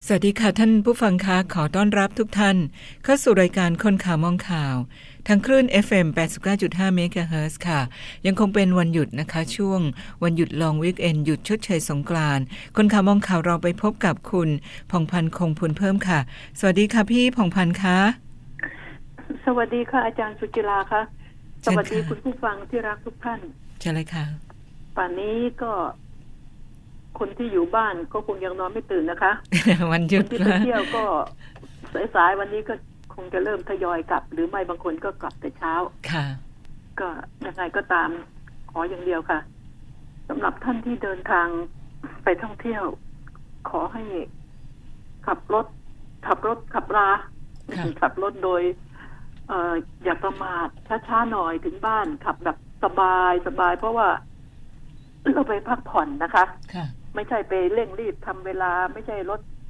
สวัสดีค่ะท่านผู้ฟังคะขอต้อนรับทุกท่านเข้าสู่รายการคนข่าวมองข่าวทางคลื่น FM 89.5 เมกะเฮิรตซ์ค่ะยังคงเป็นวันหยุดนะคะช่วงวันหยุดลองวีคเอนด์หยุดชดเชยสงกรานต์คนข่าวมองข่าวเราไปพบกับคุณผ่องพันธ์คงพูนเพิ่มค่ะสวัสดีค่ะพี่ผ่องพันธ์คะสวัสดีค่ะอาจารย์สุจิราค่ะสวัสดีคุณผู้ฟังที่รักทุกท่านใช่เลยค่ะป่านนี้ก็คนที่อยู่บ้านก็คงยังนอนไม่ตื่นนะคะวันหยุดคนที่ไปเที่ยวก็สายๆวันนี้ก็คงจะเริ่มทยอยกลับหรือไม่บางคนก็กลับแต่เช้าค่ะก็ยังไงก็ตามขออย่างเดียวค่ะสำหรับท่านที่เดินทางไปท่องเที่ยวขอให้ขับรถขับราขับรถโดยอย่าประมาทช้าๆหน่อยถึงบ้านขับแบบสบายเพราะว่าเราไปพักผ่อนนะคะไม่ใช่ไปเร่งรีบทำเวลาไม่ใช่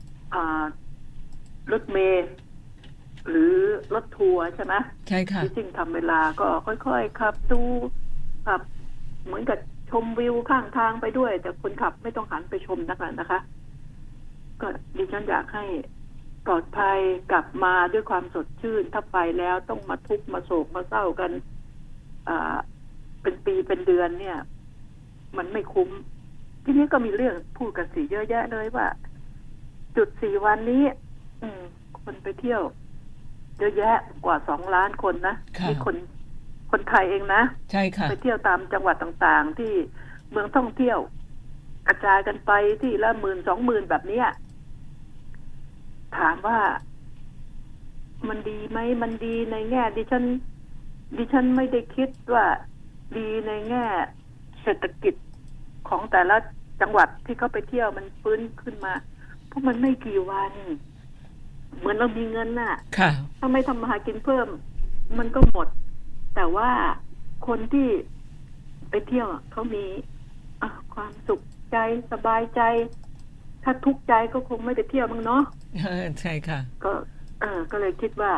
รถเมล์หรือรถทัวร์ใช่ไหมใช่ค่ะจริงทำเวลาก็ค่อยๆขับดูขับเหมือนกับชมวิวข้างทางไปด้วยแต่คนขับไม่ต้องหันไปชมนะคะก็ดิฉันอยากให้ปลอดภัยกลับมาด้วยความสดชื่นถ้าไปแล้วต้องมาทุกข์มาโศกมาเศร้ากันเป็นปีเป็นเดือนเนี่ยมันไม่คุ้มทีนี้ก็มีเรื่องพูดกันสีเยอะแยะเลยว่าจุด4 วันนี้คนไปเที่ยวเยอะแยะกว่า2 ล้านคนนะนี่คนไทยเองนะใช่ค่ะไปเที่ยวตามจังหวัดต่างๆที่เมืองท่องเที่ยวกระจายกันไปที่ละ 10,000-20,000 แบบนี้ถามว่ามันดีไหมมันดีในแง่ดิฉันไม่ได้คิดว่าดีในแง่เศรษฐกิจของแต่ละจังหวัดที่เขาไปเที่ยวมันฟื้นขึ้นมาเพราะมันไม่กี่วันเหมือนเรามีเงินน่ะถ้าไม่ทำมาหากินเพิ่มมันก็หมดแต่ว่าคนที่ไปเที่ยวเขามีความสุขใจสบายใจถ้าทุกข์ใจก็คงไม่ไปเที่ยวมั้งเนาะใช่ค่ะก็เลยคิดว่า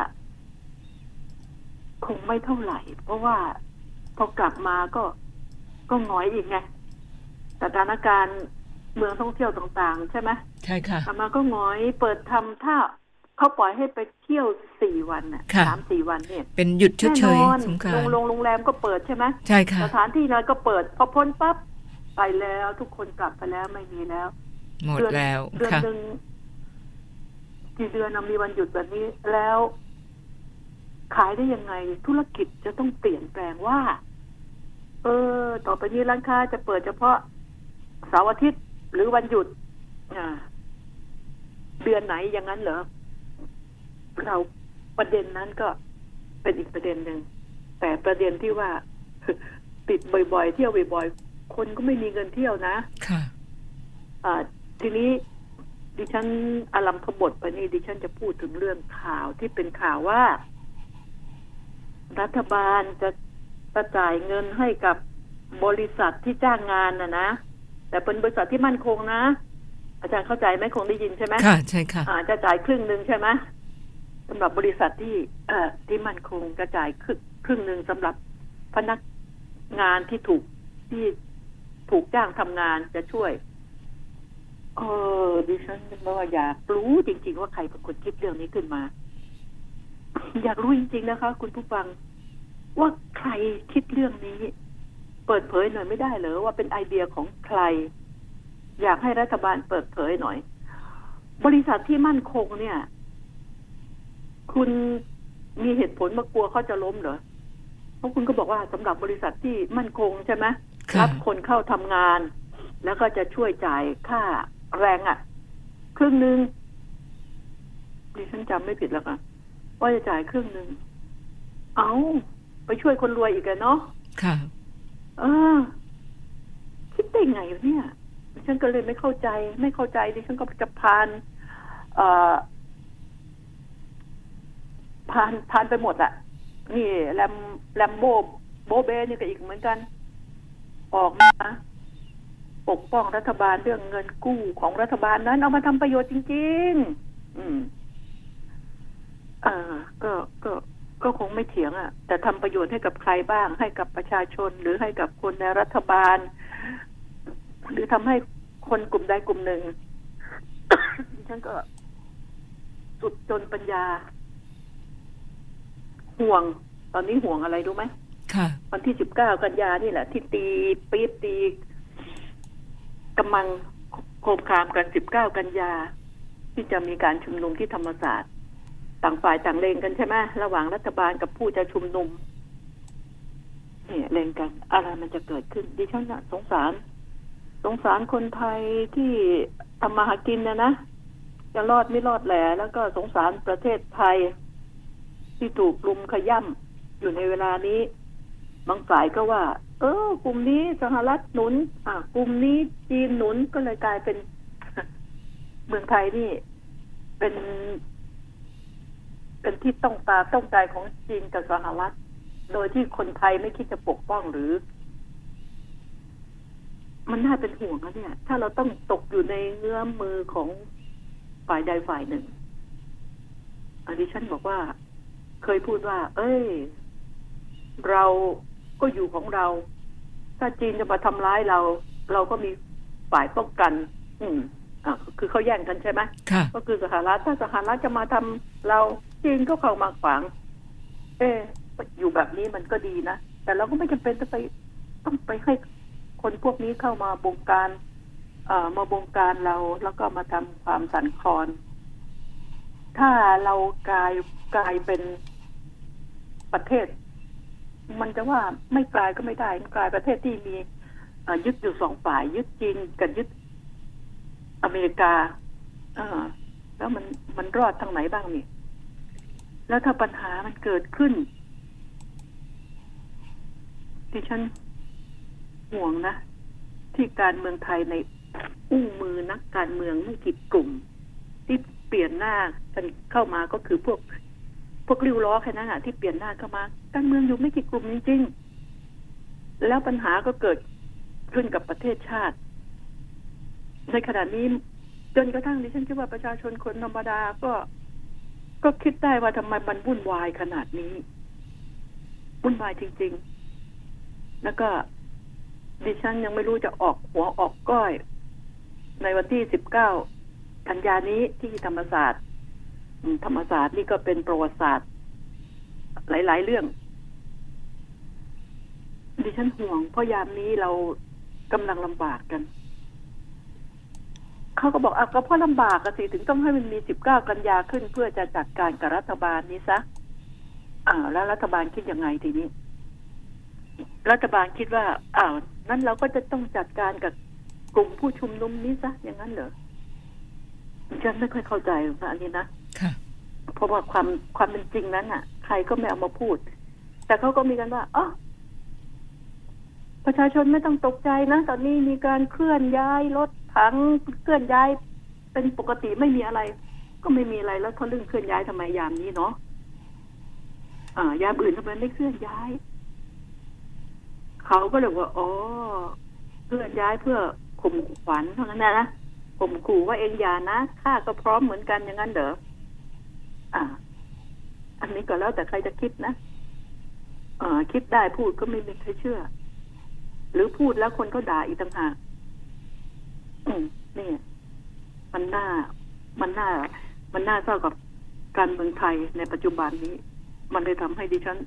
คงไม่เท่าไหร่เพราะว่าพอกลับมาก็หงอยอีกไงสถานการณ์เมืองท่องเที่ยวต่างๆใช่ไหมใช่ค่ะกลับมาก็หงอยเปิดทำถ้าเขาปล่อยให้ไปเที่ยว4 วันน่ะ 3-4 วันเนี่ยเป็นหยุดชดเชยสงกรานต์โรงแรมก็เปิดใช่ไหมใช่ค่ะสถานที่นั้นก็เปิดพอพ้นปั๊บไปแล้วทุกคนกลับไปแล้วไม่มีแล้วหมดแล้วเดือนนึงกี่เดือนมีวันหยุดแบบนี้แล้วขายได้ยังไงธุรกิจจะต้องเปลี่ยนแปลงว่าต่อไปนี้ร้านค้าจะเปิดเฉพาะเสาร์อาทิตย์หรือวันหยุดเดือนไหนอย่างนั้นเหรอเราประเด็นนั้นก็เป็นอีกประเด็นหนึ่งแต่ประเด็นที่ว่าติดบ่อยๆเที่ยวบ่อยๆคนก็ไม่มีเงินเที่ยวนะค่ะทีนี้ดิฉันอารัมพบทไปนี่ดิฉันจะพูดถึงเรื่องข่าวที่เป็นข่าวว่ารัฐบาลจะจ่ายเงินให้กับบริษัทที่จ้างงานนะแต่เป็นบริษัทที่มั่นคงนะอาจารย์เข้าใจไหมคงได้ยินใช่ไหมค่ะใช่ค่ะจะจ่ายครึ่งนึงใช่ไหมสำหรับบริษัทที่มั่นคงจะจ่ายครึ่งนึงสำหรับพนักงานที่ถูกจ้างทำงานจะช่วยดิฉันว่าอยากรู้จริงๆว่าใครเป็นคนคิดเรื่องนี้ขึ้นมาอยากรู้จริงๆนะคะคุณผู้ฟังว่าใครคิดเรื่องนี้เปิดเผยหน่อยไม่ได้เหรอว่าเป็นไอเดียของใครอยากให้รัฐบาลเปิดเผยหน่อยบริษัทที่มั่นคงเนี่ยคุณมีเหตุผลมากลัวเขาจะล้มเหรอเพราะคุณก็บอกว่าสำหรับบริษัทที่มั่นคงใช่ไหมรับคนเข้าทำงานแล้วก็จะช่วยจ่ายค่าแรงครึ่งนึงดิฉันจำไม่ผิดแล้วค่ะว่าจะจ่ายครึ่งนึงไปช่วยคนรวยอีกเนาะค่ะคิดได้ไงเนี่ยดิฉันก็เลยไม่เข้าใจดิฉันก็จะผ่านไปหมดอ่ะนี่แลมโบเบ้นี่ก็อีกเหมือนกันออกมาปกป้องรัฐบาลเรื่องเงินกู้ของรัฐบาลนั้นเอามาทำประโยชน์จริงๆก็คงไม่เถียงแต่ทำประโยชน์ให้กับใครบ้างให้กับประชาชนหรือให้กับคนในรัฐบาลหรือทำให้คนกลุ่มใดกลุ่มหนึ่งฉันก็สุดจนปัญญาห่วงตอนนี้ห่วงอะไรรู้ไหมค่ะวันที่19 กันยานี่แหละที่ตีปี๊บตีกำลังโคมคามกัน19 กันยาที่จะมีการชุมนุมที่ธรรมศาสตร์ต่างฝ่ายต่างเลงกันใช่ไหมระหว่างรัฐบาลกับผู้จะชุมนุมเนี่ยเลงกันอะไรมันจะเกิดขึ้นดิฉันน่ะสงสารคนไทยที่ทำมาหากินนะจะรอดไม่รอดแหละแล้วก็สงสารประเทศไทยที่ถูกลุมขย่ำอยู่ในเวลานี้บางฝ่ายก็ว่ากลุ่มนี้สหรัฐหนุนกลุ่มนี้จีนหนุนก็เลยกลายเป็น เมืองไทยนี่เป็นที่ต้องตาต้องใจของจีนกับสหรัฐโดยที่คนไทยไม่คิดจะปกป้องหรือมันน่าเป็นห่วงนะเนี่ยถ้าเราต้องตกอยู่ในเงื้อมมือของฝ่ายใดฝ่ายหนึ่งดิฉันบอกว่าเคยพูดว่าเราก็อยู่ของเราถ้าจีนจะมาทำร้ายเราก็มีฝ่ายป้องกันคือเขาแย่งกันใช่ไหมก็คือสหรัฐถ้าสหรัฐจะมาทำเราจีนก็เข้ามาขวางอยู่แบบนี้มันก็ดีนะแต่เราก็ไม่จำเป็นต้องไปให้คนพวกนี้เข้ามาบงการเราแล้วก็มาทำความสั่นคลอนถ้าเรากลายเป็นประเทศมันจะว่าไม่กลายก็ไม่ได้กลายประเทศที่มียึดอยู่สองฝ่ายยึดจีนกับยึดอเมริกาแล้วมันรอดทางไหนบ้างนี่แล้วถ้าปัญหามันเกิดขึ้นดิฉันห่วงนะที่การเมืองไทยในอุ้งมือนักการเมืองไม่กี่กลุ่มที่เปลี่ยนหน้ากันเข้ามาก็คือพวกริ้วล้อแค่นั้นที่เปลี่ยนหน้าเข้ามาการเมืองอยู่ไม่กี่กลุ่มจริงๆแล้วปัญหาก็เกิดขึ้นกับประเทศชาติในขณะนี้จนกระทั่งดิฉันคิดว่าประชาชนคนธรรมดาก็คิดได้ว่าทำไมมันวุ่นวายขนาดนี้วุ่นวายจริงๆแล้วก็ดิฉันยังไม่รู้จะออกหัวออกก้อยในวันที่19 กันยานี้ที่ธรรมศาสตร์นี่ก็เป็นประวัติศาสตร์หลายๆเรื่องดิฉันห่วงเพราะยามนี้เรากำลังลำบากกันเขาก็บอกก็เพราะลำบากสิถึงต้องให้มันมี19 กันยาขึ้นเพื่อจะจัดการกับรัฐบาลนี้ซะแล้วรัฐบาลคิดยังไงทีนี้รัฐบาลคิดว่านั้นเราก็จะต้องจัดการกับกลุ่มผู้ชุมนุมนี้ซะอย่างนั้นเหรอฉันไม่ค่อยเข้าใจนะอันนี้นะเพราะว่าความเป็นจริงนั้นใครก็ไม่เอามาพูดแต่เขาก็มีกันว่าประชาชนไม่ต้องตกใจนะตอนนี้มีการเคลื่อนย้ายรถถังเคลื่อนย้ายเป็นปกติไม่มีอะไรก็ไม่มีอะไรแล้วเขาเรื่องเคลื่อนย้ายทำไมยามนี้เนาะยามอื่นทำไมไม่เคลื่อนย้ายเขาก็เลยว่าเคลื่อนย้ายเพื่อข่มขวัญเท่านั้นนะข่มขู่ว่าเองอย่านะข้าก็พร้อมเหมือนกันอย่างนั้นเด้ออันนี้ก็แล้วแต่ใครจะคิดนะคิดได้พูดก็ไม่มีใครเชื่อหรือพูดแล้วคนก็ด่าอีกต่างหากนี่มันน่าเศร้ากับการเมืองไทยในปัจจุบันนี้มันเลยทำให้ดิฉัน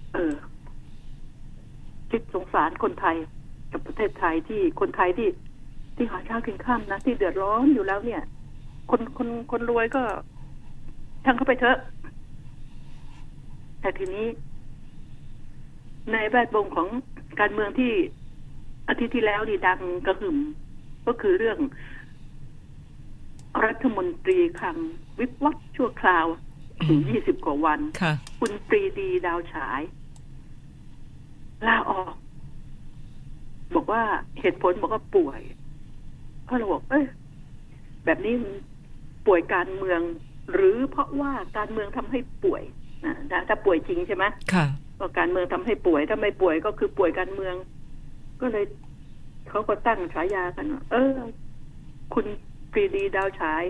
คิดสงสารคนไทยกับประเทศไทยที่คนไทยที่หาเช้ากินค่ำนะที่เดือดร้อนอยู่แล้วเนี่ยคนรวยก็ช่างเข้าไปเถอะแต่ทีนี้ในแวดวงของการเมืองที่อาทิตย์ที่แล้วนี่ดังกระหึ่มก็คือเรื่องรัฐมนตรีคลังวิบวับชั่วคราวถึง20 กว่าวันคุณปรีดีดาวฉายลาออกบอกว่าเหตุผลบอกว่าป่วยเพราะเราบอกแบบนี้ป่วยการเมืองหรือเพราะว่าการเมืองทำให้ป่วยถ้าป่วยจริงใช่ไหมก็การเมืองทำให้ป่วยถ้าไม่ป่วยก็คือป่วยการเมืองก็เลยเขาก็ตั้งฉายากันว่าคุณปรีดีดาวฉาย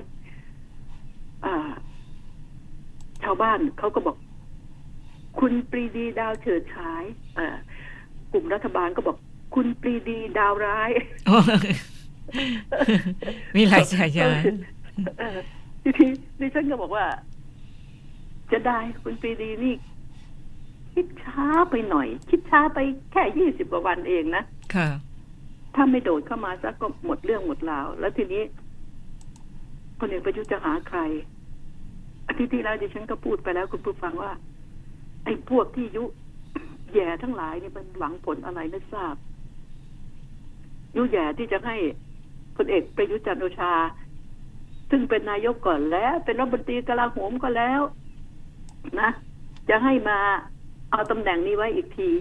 ชาวบ้านเขาก็บอกคุณปรีดีดาวเฉิดฉายกลุ่มรัฐบาลก็บอกคุณปรีดีดาวร้ายมีหลายฉายาดทีนี้ดิฉันก็บอกว่าจะได้คุณปรีดีนี่คิดช้าไปหน่อยคิดช้าไปแค่20 กว่าวันเองนะค่ะถ้าไม่โดดเข้ามาซะก็หมดเรื่องหมดราวแล้วทีนี้พลเอกประยุทธ์จะหาใครอาทิตย์ที่แล้วดิฉันก็พูดไปแล้วคุณผู้ฟังว่าไอ้พวกที่ยุแย่ทั้งหลายนี่มันหวังผลอะไรไม่ทราบยุแย่ที่จะให้พลเอกประยุทธ์จันทร์โอชาซึ่งเป็นนายกก่อนแล้วเป็นรัฐมนตรีกลาโหมก็แล้วนะจะให้มาเอาตำแหน่งนี้ไว้อีกที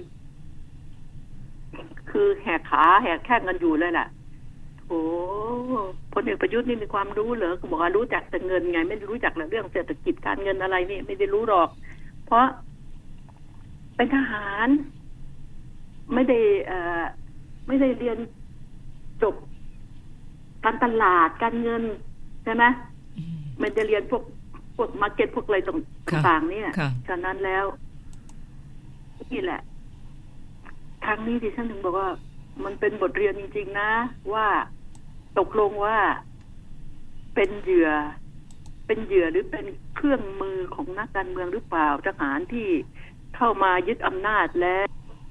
คือแหกขาแหกแข้งกันอยู่เลยแหละโอ้พลเอกประยุทธ์นี่มีความรู้เหรอก็บอกว่ารู้จักแต่เงินไงไม่รู้จักเรื่องเศรษฐกิจการเงินอะไรนี่ไม่ได้รู้หรอกเพราะเป็นทหารไม่ได้เรียนจบการตลาดการเงินใช่ไหมมันจะเรียนพวกมาร์เก็ตพวกอะไรต่างๆเนี่ยฉะนั้นแล้วนี่แหละครั้งนี้ดิฉันถึงบอกว่ามันเป็นบทเรียนจริงๆนะว่าตกลงว่าเป็นเหยื่อหรือเป็นเครื่องมือของนักการเมืองหรือเปล่าทหารที่เข้ามายึดอำนาจแล้ว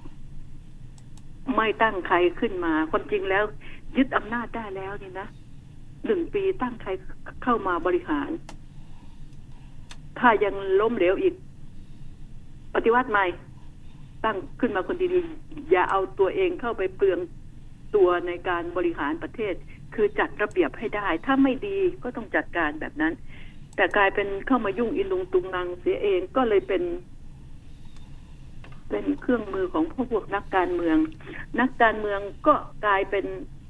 ไม่ตั้งใครขึ้นมาความจริงแล้วยึดอำนาจได้แล้วนี่นะ1 ปีตั้งใครเข้ามาบริหารถ้ายังล้มเหลวอีกปฏิวัติใหม่ตั้งขึ้นมาคนดีๆอย่าเอาตัวเองเข้าไปเปลืองตัวในการบริหารประเทศคือจัดระเบียบให้ได้ถ้าไม่ดีก็ต้องจัดการแบบนั้นแต่กลายเป็นเข้ามายุ่งอินลุงตุงนังเสียเองก็เลยเป็นเครื่องมือของพวกนักการเมืองก็กลายเป็น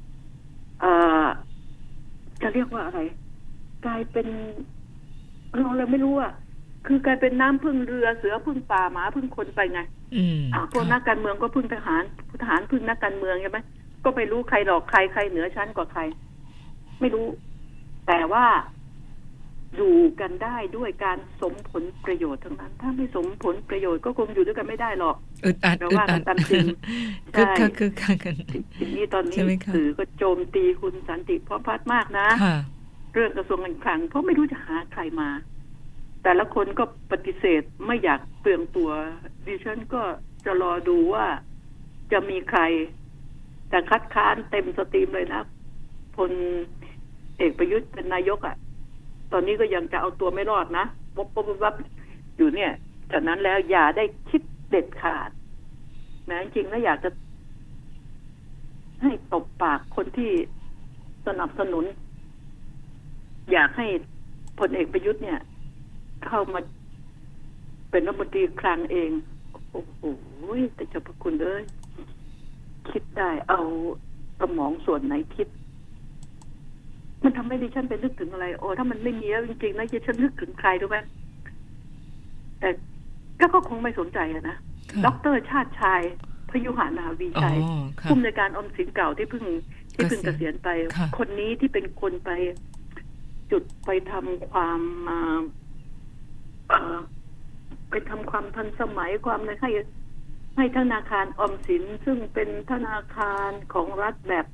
จะเรียกว่าอะไรกลายเป็นเราเลยไม่รู้อ่ะคือกลายเป็นน้ำพึ่งเรือเสือพึ่งป่าหมาพึ่งคนไปไงพวกนักการเมืองก็พึ่งทหารพึ่งนักการเมืองใช่ไหมก็ไม่รู้ใครหลอกใครเหนือชั้นกว่าใครไม่รู้แต่ว่าอยู่กันได้ด้วยการสมผลประโยชน์ทั้งนั้นถ้าไม่สมผลประโยชน์ก็คงอยู่ด้วยกันไม่ได้หรอกอึดอัดตามจริงใช่คือกันทีนี้ตอนนี้สื่อก็โจมตีคุณสันติพร้อมพัฒน์มากนะเรื่องกระทรวงการคลังเพราะไม่รู้จะหาใครมาแต่ละคนก็ปฏิเสธไม่อยากเปลืองตัวดิฉันก็จะรอดูว่าจะมีใครแต่คัดค้านเต็มสตรีมเลยนะพลเอกประยุทธ์เป็นนายกอ่ะตอนนี้ก็ยังจะเอาตัวไม่รอดนะวับอยู่เนี่ยจากนั้นแล้วอย่าได้คิดเด็ดขาดแม้จริงแล้วอยากจะให้ตบปากคนที่สนับสนุนอยากให้พลเอกประยุทธ์เนี่ยเข้ามาเป็นรัฐมนตรีคลังเองโอ้โหแต่เจ้าพระคุณเลยคิดได้เอาสมองส่วนไหนคิดมันทำให้ดิฉันไปนึกถึงอะไรถ้ามันไม่มีแล้วจริงๆนะดิฉันนึกถึงใครรู้ไหมแต่ก็คงไม่สนใจนะดร.ชาติชายพยุหานาวีชัยผู้อำนวยการออมสินเก่าที่เพิ่งเกษียณไปคนนี้ที่เป็นคนไปจุดไปทำความทันสมัยความให้ธนาคารออมสินซึ่งเป็นธนาคารของรัฐแบบ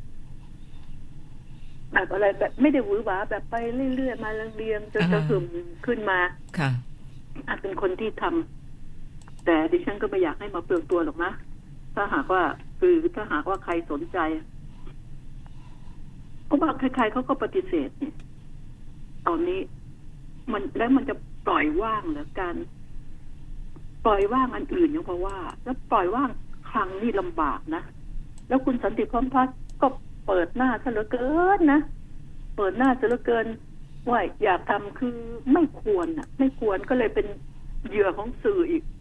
อะไรแบบไม่ได้หวือหวาแบบไปเรื่อยๆมาเรียงจนกระหึ่มขึ้นมาเป็นคนที่ทำแต่ดิฉันก็ไม่อยากให้มาเปลืองตัวหรอกนะถ้าหากว่าใครสนใจเพราะว่าใครๆเขาก็ปฏิเสธเนี่ยตอนนี้มันจะปล่อยว่างเหรือการปล่อยว่างอันอื่นยังเพราะว่าแล้วปล่อยว่างครั้งนี่ลำบากนะแล้วคุณสันติพร้อมพัฒน์ก็เปิดหน้าซะเหลือเกินนะเปิดหน้าซะเหลือเกินว่าอยากทำคือไม่ควรก็เลยเป็นเหยื่อของสื่ออีก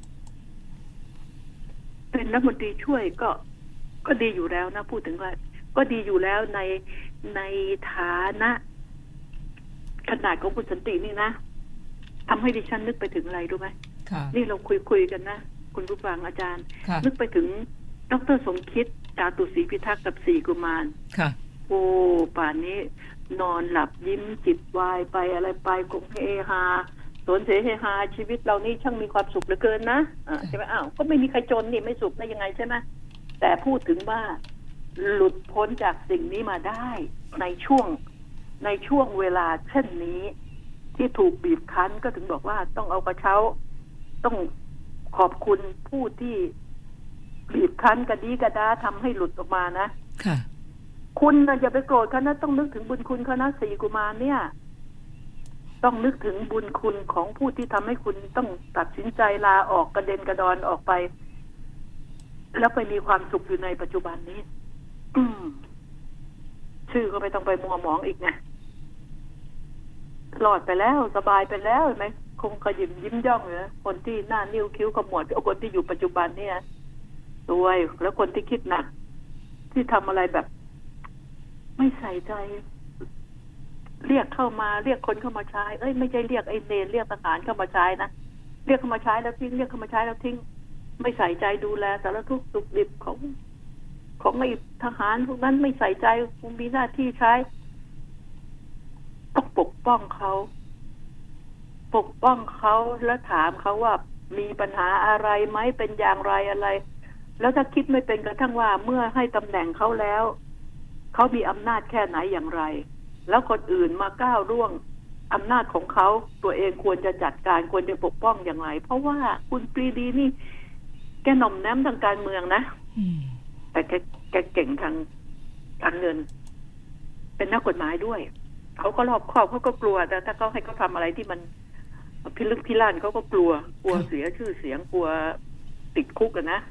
เป็นรัฐมนตรีช่วยก็ดีอยู่แล้วนะพูดถึงว่าก็ดีอยู่แล้วในฐานะขนาดของคุณสันตินี่นะทำให้ดิฉันนึกไปถึงอะไรรู้ไหมนี่เราคุยกันนะคุณผู้ฟังอาจารย์นึกไปถึงดร.สมคิดจาตุศรีพิทักษ์กับ4 กุมารโอ้ป่านนี้นอนหลับยิ้มจิตวายไปอะไรไปคงเฮฮาสวนเสเฮฮาชีวิตเรานี่ช่างมีความสุขเหลือเกินนะใช่ไหมก็ไม่มีใครจนนี่ไม่สุขได้ยังไงใช่ไหมแต่พูดถึงว่าหลุดพ้นจากสิ่งนี้มาได้ในช่วงเวลาเช่นนี้ทที่ถูกบีบคั้นก็ถึงบอกว่าต้องเอากระเช้าต้องขอบคุณผู้ที่บีบคั้นกระดีกระดาทำให้หลุดออกมานะค่ะคุณอย่าไปโกรธเขานะต้องนึกถึงบุญคุณเขานะสี่กุมารเนี่ยต้องนึกถึงบุญคุณของผู้ที่ทำให้คุณต้องตัดสินใจลาออกกระเด็นกระดอนออกไปแล้วไปมีความสุขอยู่ในปัจจุบันนี้ชื่อก็ไม่ต้องไปมัวหมองอีกนะรอดไปแล้วสบายไปแล้วเห็นไหมคงขยิมยิ้มย่องเลยคนที่หน้านิ้วคิ้วขมวดคนที่อยู่ปัจจุบันเนี่ยรวยแล้วคนที่คิดหนักที่ทำอะไรแบบไม่ใส่ใจเรียกเข้ามาเรียกคนเข้ามาใช้ไม่ใช่เรียกไอ้เนรเรียกทหารเข้ามาใช้นะเรียกเข้ามาใช้แล้วทิ้งเรียกเข้ามาใช้แล้วทิ้งไม่ใส่ใจดูแลสารทุกข์สุขดิบของไอ้ทหารพวกนั้นไม่ใส่ใจคุณมีหน้าที่ใช้ต้องปกป้องเขาแล้วถามเขาว่ามีปัญหาอะไรไหมเป็นอย่างไรอะไรแล้วถ้าคิดไม่เป็นกระทั่งว่าเมื่อให้ตำแหน่งเขาแล้วเขามีอำนาจแค่ไหนอย่างไรแล้วคนอื่นมาก้าวล่วงอำนาจของเขาตัวเองควรจะจัดการควรจะปกป้องอย่างไรเพราะว่าคุณปรีดีนี่แกหน่อมแนมทางการเมืองนะแต่แกเก่งทางการเงินเป็นนักกฎหมายด้วยเขาก็รอบคอบเขาก็กลัวแต่ถ้าเขาให้เขาทำอะไรที่มันพิลึกพิลั่นเขาก็กลัวเสียชื่อเสียงกลัวติดคุกกันนะ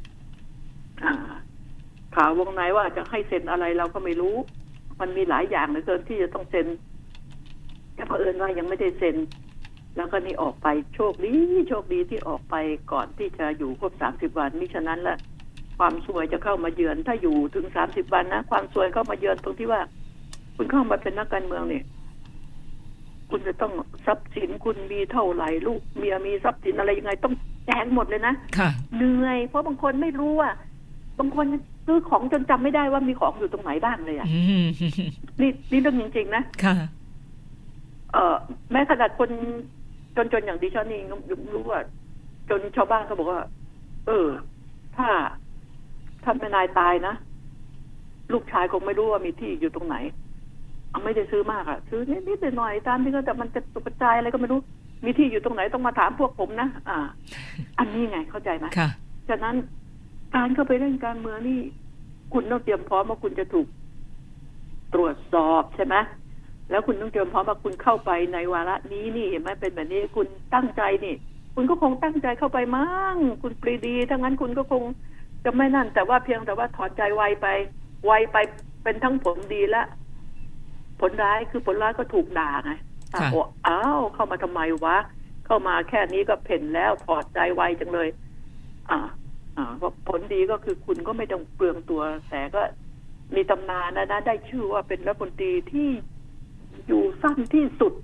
ข่าววงในว่าจะให้เซ็นอะไรเราก็ไม่รู้มันมีหลายอย่างเหลือเกินที่จะต้องเซ็นแต่เผอิญว่ายังไม่ได้เซ็นแล้วก็นี่ออกไปโชคดีที่ออกไปก่อนที่จะอยู่ครบ30 วันมิฉะนั้นละความซวยจะเข้ามาเยือนถ้าอยู่ถึง30 วันนะความซวยเข้ามาเยือนตรงที่ว่าคุณเข้ามาเป็นนักการเมืองเนี่ยคุณจะต้องทรัพย์สินคุณมีเท่าไหร่ลูกเมียมีทรัพย์สินอะไรยังไงต้องแจ้งหมดเลยนะเหนื่อยเพราะบางคนไม่รู้ว่าบางคนซื้อของจนจำไม่ได้ว่ามีของอยู่ตรงไหนบ้างเลยอ่ะนี่เรื่องจริงๆนะค่ะแม้ขนาดคนจนอย่างดิฉันนี่รู้ว่าจนชาวบ้านเขาบอกว่าถ้าแม่นายตายนะลูกชายคงไม่รู้ว่ามีที่อยู่ตรงไหนไม่ได้ซื้อมากอ่ะซื้อนิดๆหน่อยๆตามที่เขาแต่มันจะกระจายอะไรก็ไม่รู้มีที่อยู่ตรงไหนต้องมาถามพวกผมนะอันนี้ไงเข้าใจไหมค่ะฉะนั้นการเข้าไปเล่นการเมืองนี่คุณต้องเตรียมพร้อมว่าคุณจะถูกตรวจสอบใช่ไหมแล้วคุณต้องเตรียมพร้อมว่าคุณเข้าไปในวาระนี้นี่เห็นไหมเป็นแบบนี้คุณตั้งใจนี่คุณก็คงตั้งใจเข้าไปมั้งคุณปรีดีถ้างั้นคุณก็คงจะไม่นั่นแต่ว่าเพียงแต่ว่าถอนใจไวไปเป็นทั้งผลดีและผลร้ายคือผลร้ายก็ถูกด่าไงเข้ามาทำไมวะเข้ามาแค่นี้ก็เพ่นแล้วถอดใจไวจังเลยผลดีก็คือคุณก็ไม่ต้องเปลืองตัวแต่ก็มีตำนานนะได้ชื่อว่าเป็นรัฐมนตรีที่อยู่สั้นที่สุด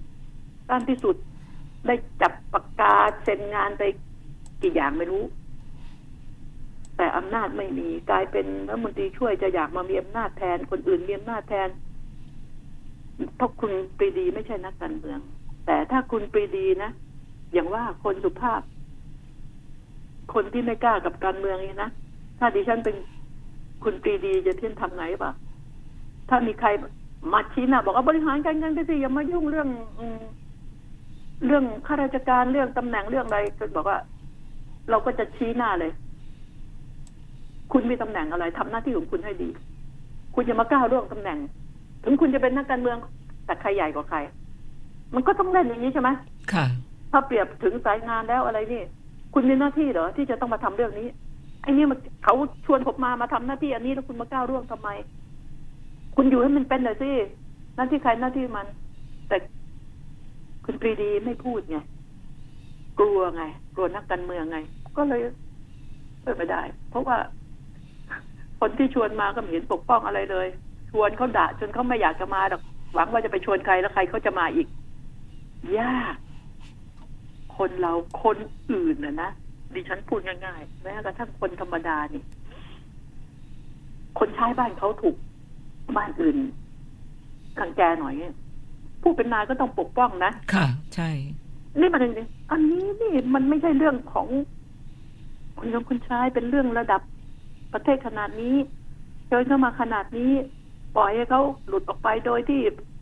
ได้จับปากกาเซ็นงานไปกี่อย่างไม่รู้แต่อำนาจไม่มีกลายเป็นรัฐมนตรีช่วยจะอยากมามีอำนาจแทนคนอื่นมีอำนาจแทนเพราะคุณปรีดีไม่ใช่นักการเมืองแต่ถ้าคุณปรีดีนะอย่างว่าคนสุภาพคนที่ไม่กล้ากับการเมืองนี่นะถ้าดิฉันเป็นคุณปรีดีจะเที่ยนทำไงป่ะถ้ามีใครมาชี้หน้าบอกว่าบริหารการเงินไปสิอย่ามายุ่งเรื่องข้าราชการเรื่องตำแหน่งเรื่องอะไรก็บอกว่าเราก็จะชี้หน้าเลยคุณมีตำแหน่งอะไรทำหน้าที่ของคุณให้ดีคุณอย่ามาก้าวล่วงตำแหน่งถึงคุณจะเป็นนักการเมืองแต่ใครใหญ่กว่าใครมันก็ต้องเล่นอย่างนี้ใช่ไหมค่ะถ้าเปรียบถึงสายงานแล้วอะไรนี่คุณมีหน้าที่เหรอที่จะต้องมาทำเรื่องนี้ไอ้นี่มันเขาชวนผมมาทำหน้าที่อันนี้แล้วคุณมาก้าวล่วงทำไมคุณอยู่ให้มันเป็นหน่อยสิหน้าที่ใครหน้าที่มันแต่คุณปรีดีไม่พูดไงกลัวนักการเมืองไงก็เลยไม่ได้เพราะว่าคนที่ชวนมาก็ไม่เห็นปกป้องอะไรเลยชวนเขาด่าจนเขาไม่อยากจะมาหรอกหวังว่าจะไปชวนใครแล้วใครเขาจะมาอีกยากคนเราคนอื่นนะดิฉันพูดง่ายๆแม้กระทั่งคนธรรมดานี่คนใช้บ้านเขาถูกบ้านอื่นรังแกหน่อยผู้เป็นนายก็ต้องปกป้องนะค่ะใช่นี่มันอันนี้นี่มันไม่ใช่เรื่องของคนใช้เป็นเรื่องระดับประเทศขนาดนี้เชิญเข้ามาขนาดนี้ปล่อยให้เขาหลุดออกไปโดยที่ช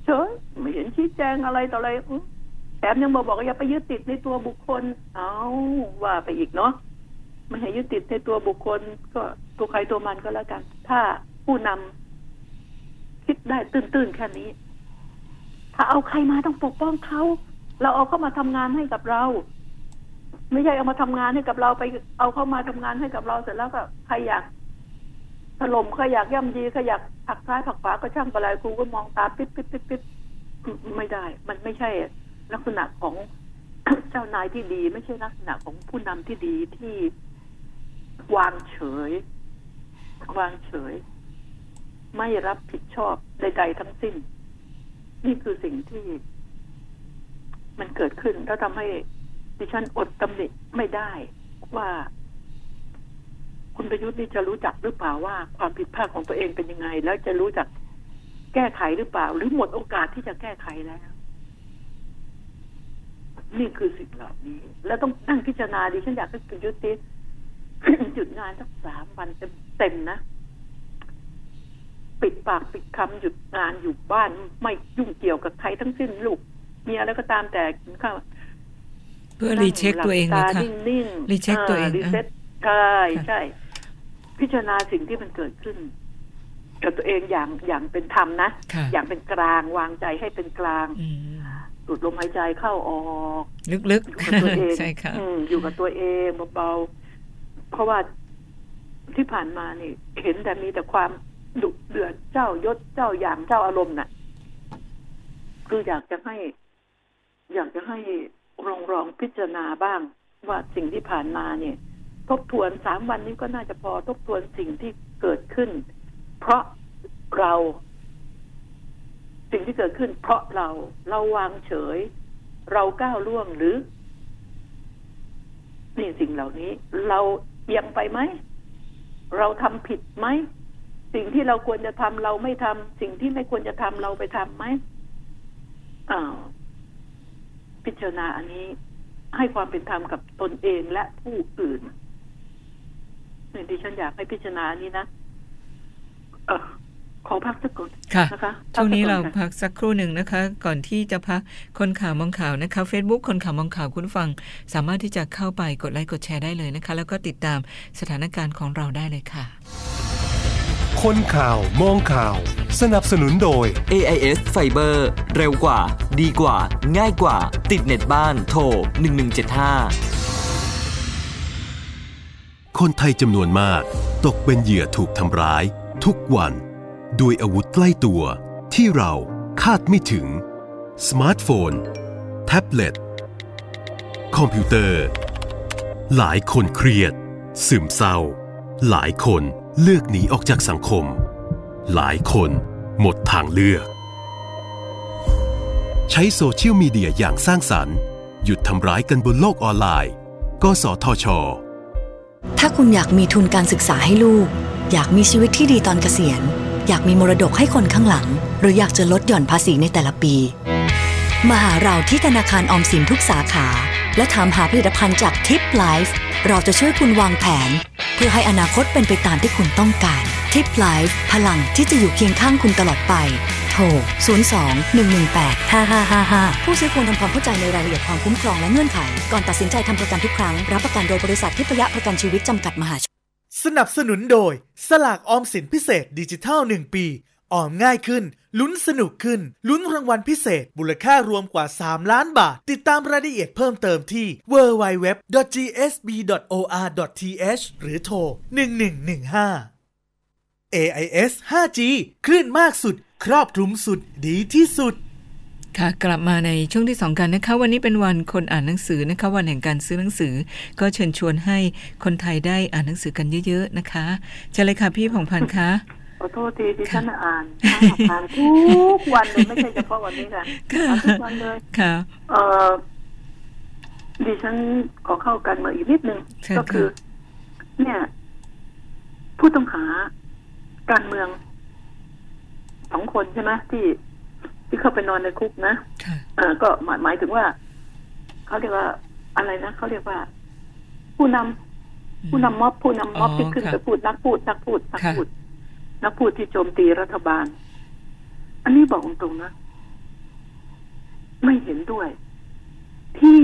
เฉยไม่เห็นชี้แจงอะไรต่ออะไรแถมยังบอกอย่าไปยึดติดในตัวบุคคลเอาว่าไปอีกเนาะไม่ให้ยึดติดในตัวบุคคลก็ตัวใครตัวมันก็แล้วกันถ้าผู้นำคิดได้ตื้นๆแค่นี้ถ้าเอาใครมาต้องปกป้องเขาเราเอาเข้ามาทำงานให้กับเราไม่ใช่เอามาทำงานให้กับเราไปเอาเข้ามาทำงานให้กับเราเสร็จแล้วก็ใครอยากถล่มใครอยากย่ำยีใครอยากผลักซ้ายผลักขวาก็ช่างไปเลยครูก็มองตาปิ๊บไม่ได้มันไม่ใช่ลักษณะของ เจ้านายที่ดีไม่ใช่ลักษณะของผู้นำที่ดีที่วางเฉยไม่รับผิดชอบใดๆทั้งสิ้นนี่คือสิ่งที่มันเกิดขึ้นแล้วทำให้ดิฉันอดตำหนิไม่ได้ว่าคุณประยุทธ์นี่จะรู้จักหรือเปล่าว่าความผิดพลาดของตัวเองเป็นยังไงแล้วจะรู้จักแก้ไขหรือเปล่าหรือหมดโอกาสที่จะแก้ไขแล้วนี่คือสิ่งเหล่านี้แล้วต้องนั่งพิจารณาดิฉันอยากให้ประยุทธ์ หยุดงานสัก3 วันเต็มนะปิดปากปิดคำหยุดงานอยู่บ้านไม่ยุ่งเกี่ยวกับใครทั้งสิ้นลูกเมียแล้วก็ตามแต่ข้าวเพื่อรีเช็คตัวเองนะคะรีเช็คตัวเองรีเซ็ตใช่พิจารณาสิ่งที่มันเกิดขึ้นกับตัวเองอย่างเป็นธรรมนะอย่างเป็นกลางวางใจให้เป็นกลางสูดลมหายใจเข้าออกลึกๆอยู่กับตัวเองใช่ค่ะอยู่กับตัวเองเบาๆเพราะว่าที่ผ่านมานี่เห็นแต่มีแต่ความดุเดือดเจ้ายศเจ้าอย่างเจ้าอารมณ์น่ะคืออยากจะให้ลองพิจารณาบ้างว่าสิ่งที่ผ่านมาเนี่ยทบทวน3 วันนี้ก็น่าจะพอทบทวนสิ่งที่เกิดขึ้นเพราะสิ่งที่เกิดขึ้นเพราะเราวางเฉยเราก้าวล่วงหรือนี่สิ่งเหล่านี้เราเอียงไปไหมเราทำผิดไหมสิ่งที่เราควรจะทำเราไม่ทำสิ่งที่ไม่ควรจะทำเราไปทำไหมพิจารณาอันนี้ให้ความเป็นธรรมกับตนเองและผู้อื่นดิฉันอยากให้พิจารณานี้นะขอพักสักก่อนนะคะช่วงนี้เราพักสักครู่หนึ่งนะคะก่อนที่จะพักคนข่าวมองข่าวนะคะ Facebook คนข่าวมองข่าวคุณฟังสามารถที่จะเข้าไปกดไลค์กดแชร์ได้เลยนะคะแล้วก็ติดตามสถานการณ์ของเราได้เลยค่ะคนข่าวมองข่าวสนับสนุนโดย AIS Fiber เร็วกว่าดีกว่าง่ายกว่าติดเน็ตบ้านโทร1175 คนไทยจำนวนมากตกเป็นเหยื่อถูกทำร้ายทุกวันด้วยอาวุธใกล้ตัวที่เราคาดไม่ถึงสมาร์ทโฟนแท็บเล็ตคอมพิวเตอร์หลายคนเครียดซึมเศร้าหลายคนเลือกหนีออกจากสังคมหลายคนหมดทางเลือกใช้โซเชียลมีเดียอย่างสร้างสรรค์หยุดทำร้ายกันบนโลกออนไลน์กสทช. ถ้าคุณอยากมีทุนการศึกษาให้ลูกอยากมีชีวิตที่ดีตอนเกษียณอยากมีมรดกให้คนข้างหลังหรืออยากจะลดหย่อนภาษีในแต่ละปีมาหาเราที่ธนาคารออมสินทุกสาขาและถามหาผลิตภัณฑ์จาก Tip Life เราจะช่วยคุณวางแผนเพื่อให้อนาคตเป็นไปตามที่คุณต้องการ Tip Life พลังที่จะอยู่เคียงข้างคุณตลอดไปโทร 02-118-5555 ผู้ซื้อควรทำความเข้าใจในรายละเอียดความคุ้มครองและเงื่อนไขก่อนตัดสินใจทำประกันทุกครั้งรับประกันโดยบริษัททิพยประกันชีวิตจำกัดมหาชนสนับสนุนโดยสลากออมสินพิเศษดิจิทัล1 ปีออมง่ายขึ้นลุ้นสนุกขึ้นลุ้นรางวัลพิเศษมูลค่ารวมกว่า3 ล้านบาทติดตามรายละเอียดเพิ่มเติมที่ www.gsb.or.th หรือโทร1115 AIS 5G คลื่นมากสุดครอบคลุมสุดดีที่สุดค่ะกลับมาในช่วงที่2กันนะคะวันนี้เป็นวันคนอ่านหนังสือนะคะวันแห่งการซื้อหนังสือก็เชิญชวนให้คนไทยได้อ่านหนังสือกันเยอะๆนะคะเชิญเลยค่ะพี่ผ่องพันธ์คะขอโทษทีดิฉันอ่านทุกวันเลยไม่ใช่เฉพาะวันนี้ค่ะอ่านทุกวันเลยค่ะดิฉันขอเข้ากันมาอีกนิดนึงก็คือเนี่ยผู้ต้องหาการเมือง2 คนใช่ไหมที่เข้าไปนอนในคุกนะก็หมายถึงว่าเขาเรียกว่าอะไรนะเขาเรียกว่าผู้นำม็อบที่ขึ้นไปพูดนักพูดที่โจมตีรัฐบาลอันนี้บอกตรงๆนะไม่เห็นด้วยที่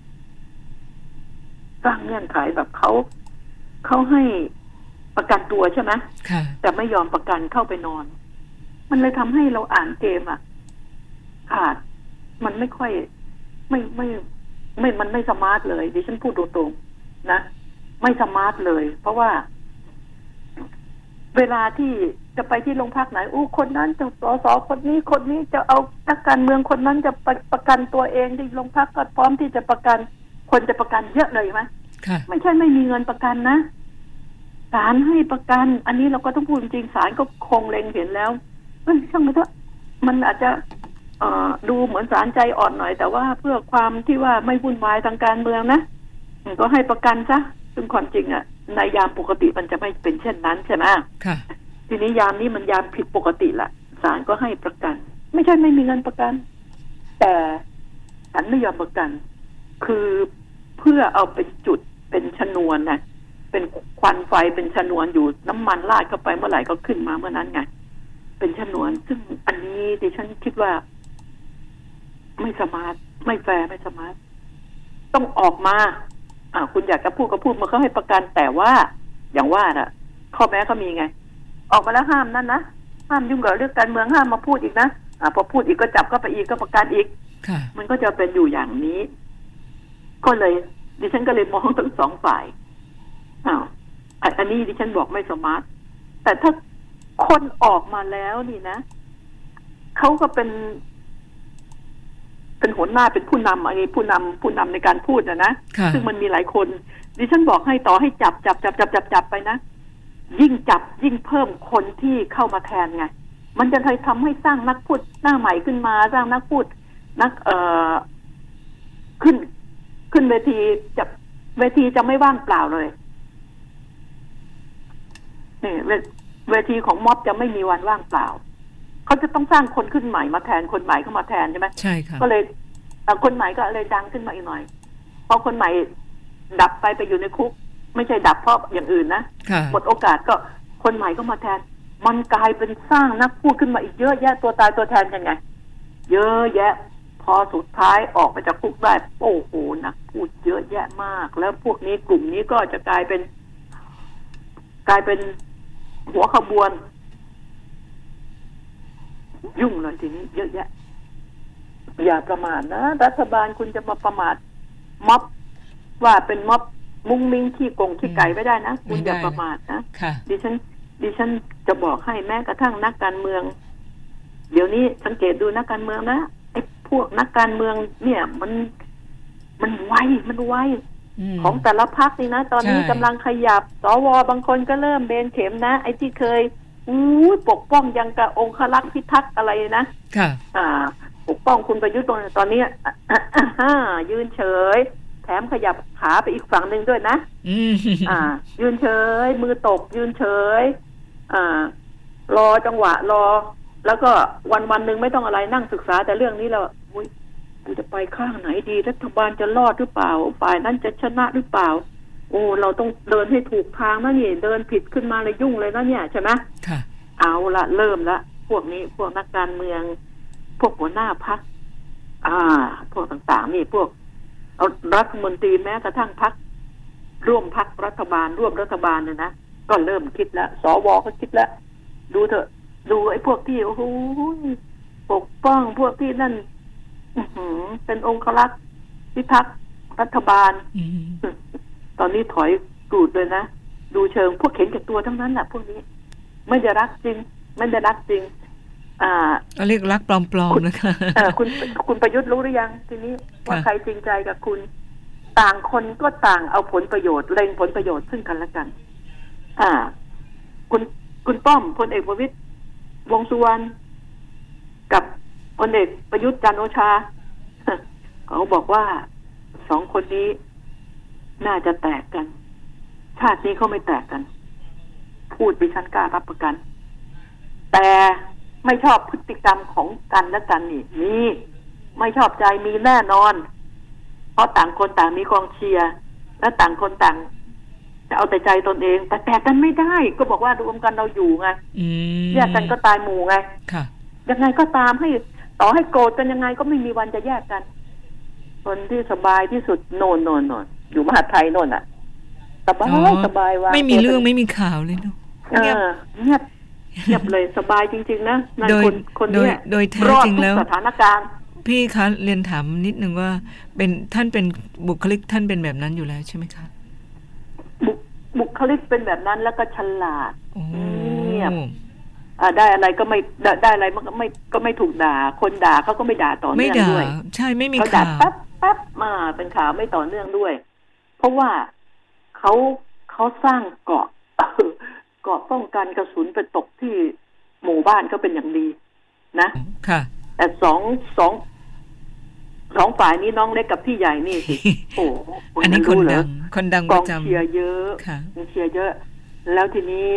สร้างเงื่อนไขแบบเขาให้ประกันตัวใช่ไหมแต่ไม่ยอมประกันเข้าไปนอนมันเลยทำให้เราอ่านเกมขาดมันไม่ค่อยไม่มันไม่สมาร์ทเลยดิฉันพูดตรงๆนะไม่สมาร์ทเลยเพราะว่าเวลาที่จะไปที่โรงพักไหนคนนั้นจะสสคนนี้จะเอานักการเมืองคนนั้นจะประกันตัวเองที่โรงพักก็พร้อมที่จะประกันคนจะประกันเยอะเลยไหมไม่ใช่ไม่มีเงินประกันนะศาลให้ประกันอันนี้เราก็ต้องพูดจริงศาลก็คงเล็งเห็นแล้วช่างมันเถอะมันอาจจะดูเหมือนศาลใจอ่อนหน่อยแต่ว่าเพื่อความที่ว่าไม่วุ่นวายทางการเมืองนะก็ให้ประกันซะซึ่งความจริงในยามปกติมันจะไม่เป็นเช่นนั้นใช่ไหมทีนี้ยามนี้มันยามผิดปกติละศาลก็ให้ประกันไม่ใช่ไม่มีเงินประกันแต่ฉันไม่ยอมประกันคือเพื่อเอาเป็นจุดเป็นชนวนนะเป็นควันไฟเป็นชนวนอยู่น้ำมันราดเข้าไปเมื่อไหร่ก็ขึ้นมาเมื่อนั้นไงเป็นชนวนซึ่งอันนี้ดิฉันคิดว่าไม่สมาร์ทไม่แฟร์ไม่สมาร์ทต้องออกมาคุณอยากจะพูดก็พูดมันก็ให้ประกันแต่ว่าอย่างว่าน่ะข้อแม้ก็มีไงออกมาแล้วห้ามนั่นนะห้ามยุ่งกับเรื่องการเมืองห้ามมาพูดอีกนะพอพูดอีกก็จับก็ไปอีกก็ประกันอีกมันก็จะเป็นอยู่อย่างนี้ก็เลยดิฉันก็เลยมองทั้งสองฝ่ายอันนี้ดิฉันบอกไม่สมาร์ทแต่ถ้าคนออกมาแล้วนี่นะเขาก็เป็นหัวหน้าเป็นผู้นำอะไรผู้นำในการพูดนะซึ่งมันมีหลายคนดิฉันบอกให้ต่อให้จับไปนะยิ่งจับยิ่งเพิ่มคนที่เข้ามาแทนไงมันจะทำให้สร้างนักพูดหน้าใหม่ขึ้นมาสร้างนักพูดขึ้นเวทีจะไม่ว่างเปล่าเลยนี่เวทีของม็อบจะไม่มีวันว่างเปล่าเขาจะต้องสร้างคนขึ้นใหม่มาแทนคนใหม่เข้ามาแทนใช่ไหมใช่ค่ะก็เลยคนใหม่ก็เลยดังขึ้นมาอีกหน่อยพอคนใหม่ดับไปอยู่ในคุกไม่ใช่ดับเพราะอย่างอื่นนะหมดโอกาสก็คนใหม่ก็มาแทนมันกลายเป็นสร้างนักพูดขึ้นมาอีกเยอะแยะตัวตายตัวแทนกันไงเยอะแยะพอสุดท้ายออกมาจากคุกได้โอ้โหนักพูดเยอะแยะมากแล้วพวกนี้กลุ่มนี้ก็จะกลายเป็นหัวขบวนยุ่งเลยทีนี้เยอะแยะอย่าประมาทนะรัฐบาลคุณจะมาประมาทม็อบว่าเป็นม็อบมุ้งมิ้งขี้กงขี้ไก่ไม่ได้นะคุณอย่าประมาทนะดิฉันจะบอกให้แม้กระทั่งนักการเมืองเดี๋ยวนี้สังเกตดูนักการเมืองนะไอ้พวกนักการเมืองเนี่ยมันไวของแต่ละพรรคนี่นะตอนนี้กำลังขยับสวบางคนก็เริ่มเบนเข็มนะไอ้ที่เคยปกป้องยังกับองครักษ์พิทักษ์อะไรนะปกป้องคุณประยุทธ์ตอนนี้ยืนเฉยแถมขยับขาไปอีกฝั่งนึงด้วยนะยืนเฉยมือตบยืนเฉยรอจังหวะรอแล้วก็วันนึงไม่ต้องอะไรนั่งศึกษาแต่เรื่องนี้แล้วกูจะไปข้างไหนดีรัฐบาลจะรอดหรือเปล่าฝ่ายนั้นจะชนะหรือเปล่าเราต้องเดินให้ถูกทางนะนี่เดินผิดขึ้นมาเลยยุ่งเลยนะเนี่ยใช่ไหมเอาละเริ่มละพวกนี้พวกนักการเมืองพวกหัวหน้าพรรคพวกต่างๆนี่พวกรัฐมนตรีแม้กระทั่งพรรคร่วมพรรครัฐบาลร่วมรัฐบาลเนี่ยนะก็เริ่มคิดแล้วสวก็คิดแล้วดูเถอะดูไอ้พวกที่โอ้โหปกป้องพวกที่นั่นเป็นองครักษ์พิทักษ์รัฐบาลตอนนี้ถอยกูดเลยนะดูเชิงพวกเข็นกับตัวทั้งนั้นแหละพวกนี้ไม่ได้รักจริงเรียกรักปลอมๆนะคะคุณประยุทธ์รู้หรือยังทีนี้ว่าใครจริงใจกับคุณต่างคนก็ต่างเอาผลประโยชน์เล็งผลประโยชน์ซึ่งกันและกันคุณป้อมพลเอกประวิตรวงษ์สุวรรณกับพลเอกประยุทธ์จันทร์โอชาเขาบอกว่าสองคนนี้น่าจะแตกกันชาตินี้เขาไม่แตกกันพูดดิฉันกล้ารับประกันแต่ไม่ชอบพฤติกรรมของกันและกันนี่มีไม่ชอบใจมีแน่นอนเพราะต่างคนต่างมีกองเชียร์และต่างคนต่างจะเอาแต่ใจตนเองแต่แตกกันไม่ได้ก็บอกว่ารวมกันเราอยู่ไงแยกกันก็ตายหมู่ไงยังไงก็ตามให้ต่อให้โกรธกันยังไงก็ไม่มีวันจะแยกกันคนที่สบายที่สุดโน่นอยู่มหาไทยโน่นอ่ะสบายว่าไม่มีเรื่องไม่มีข่าวเลยเนาะเงียบเลยสบายจริงๆนะคนนี้โดยแท้จริงแล้วสถานการณ์พี่คะเรียนถามนิดนึงว่าท่านเป็นบุคลิกท่านเป็นแบบนั้นอยู่แล้วใช่ไหมคะบุคลิกเป็นแบบนั้นแล้วก็ฉลาดเงียบได้อะไรก็ไม่ได้อะไรมันก็ไม่ถูกด่าคนด่าเขาก็ไม่ด่าต่อเนื่องด้วยใช่ไม่มีข่าวแป๊บมาเป็นข่าวไม่ต่อเนื่องด้วยเพราะว่าเขาสร้างเกาะป้องกันกระสุนไปตกที่หมู่บ้านก็เป็นอย่างดีนะค่ะแต่สองฝ่ายนี้น้องเล็กกับพี่ใหญ่นี่สิโอ้อันนี้คนดังกองเชียร์เยอะเชียร์เยอะแล้วทีนี้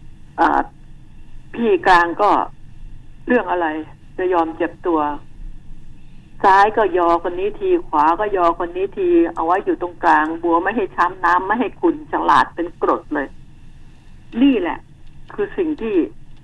พี่กลางก็เรื่องอะไรจะยอมเจ็บตัวซ้ายก็ยอคนนี้ทีขวาก็ยอคนนี้ทีเอาไว้อยู่ตรงกลางบัวไม่ให้ช้ำน้ำไม่ให้ขุ่นฉลาดเป็นกรดเลยนี่แหละคือสิ่งที่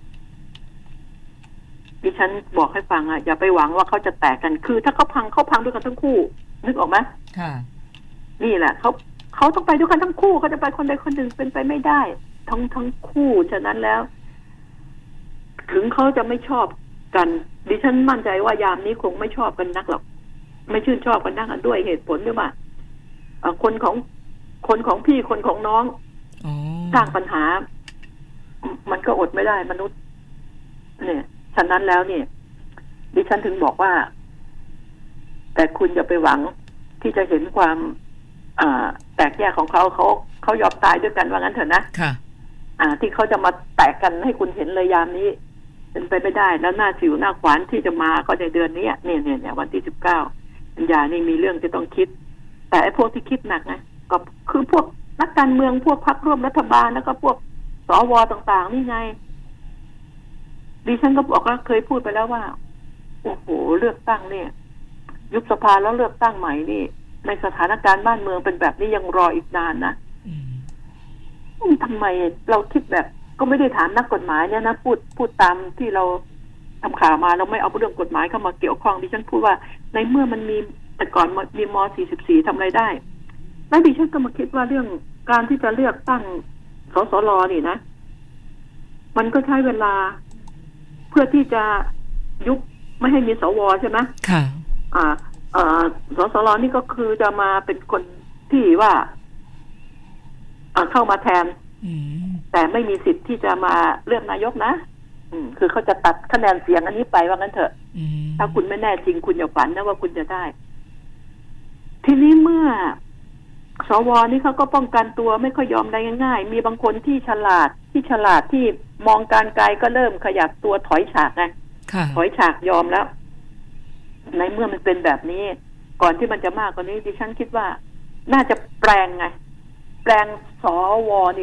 ดิฉันบอกให้ฟังอย่าไปหวังว่าเขาจะแตกกันคือถ้าเขาพังด้วยกันทั้งคู่นึกออกไหมค่ะนี่แหละเขาต้องไปด้วยกันทั้งคู่เขาจะไปคนใดคนหนึ่งเป็นไปไม่ได้ทั้งคู่ฉะนั้นแล้วถึงเขาจะไม่ชอบกันดิฉันมั่นใจว่ายามนี้คงไม่ชอบกันนักหรอกไม่ชื่นชอบกันนักด้วยเหตุผลด้วยว่าคนของพี่คนของน้องสร้างปัญหามันก็อดไม่ได้มนุษย์เนี่ยฉะนั้นแล้วเนี่ยดิฉันถึงบอกว่าแต่คุณอย่าไปหวังที่จะเห็นความแตกแยกของเขายอมตายด้วยกันว่างั้นเถอะนะค่ะที่เขาจะมาแตกกันให้คุณเห็นเลยยามนี้เป็นไปไม่ได้แล้วหน้าสิวหน้าขวานที่จะมาก็ในเดือนนี้เนี่ยวันที่19กันยานี่มีเรื่องจะต้องคิดแต่ไอ้พวกที่คิดหนักนะก็คือพวกนักการเมืองพวกพรรคร่วมรัฐบาลแล้วก็พวกสวต่างๆนี่ไงดิฉันก็บอกว่าเคยพูดไปแล้วว่าโอ้โหเลือกตั้งเนี่ยยุบสภาแล้วเลือกตั้งใหม่นี่ในสถานการณ์บ้านเมืองเป็นแบบนี้ยังรออีกนานนะทำไมเราคิดแบบก็ไม่ได้ถามนักกฎหมายเนี่ยนะพูดตามที่เราทำข่าวมาเราไม่เอาเรื่องกฎหมายเข้ามาเกี่ยวข้องดิฉันพูดว่าในเมื่อมันมีแต่ก่อนมีม.44ทำอะไรได้แล้วดิฉันก็มาคิดว่าเรื่องการที่จะเลือกตั้งสสร.นี่นะมันก็ใช้เวลาเพื่อที่จะยุบไม่ให้มีสว.ใช่ไหมค่ะสสร.นี่ก็คือจะมาเป็นคนที่ว่าเข้ามาแทนแต่ไม่มีสิทธิ์ที่จะมาเลือกนายกนะคือเขาจะตัดคะแนนเสียงอันนี้ไปว่างั้นเถอะถ้าคุณไม่แน่จริงคุณอย่าฝันนะว่าคุณจะได้ทีนี้เมื่อสว.นี่เขาก็ป้องกันตัวไม่ค่อยยอมได้ง่ายๆมีบางคนที่ฉลาดที่มองการไกลก็เริ่มขยับตัวถอยฉากไงถอยฉากยอมแล้วในเมื่อมันเป็นแบบนี้ก่อนที่มันจะมากกว่านี้ดิฉันคิดว่าน่าจะแปลงสว.นี่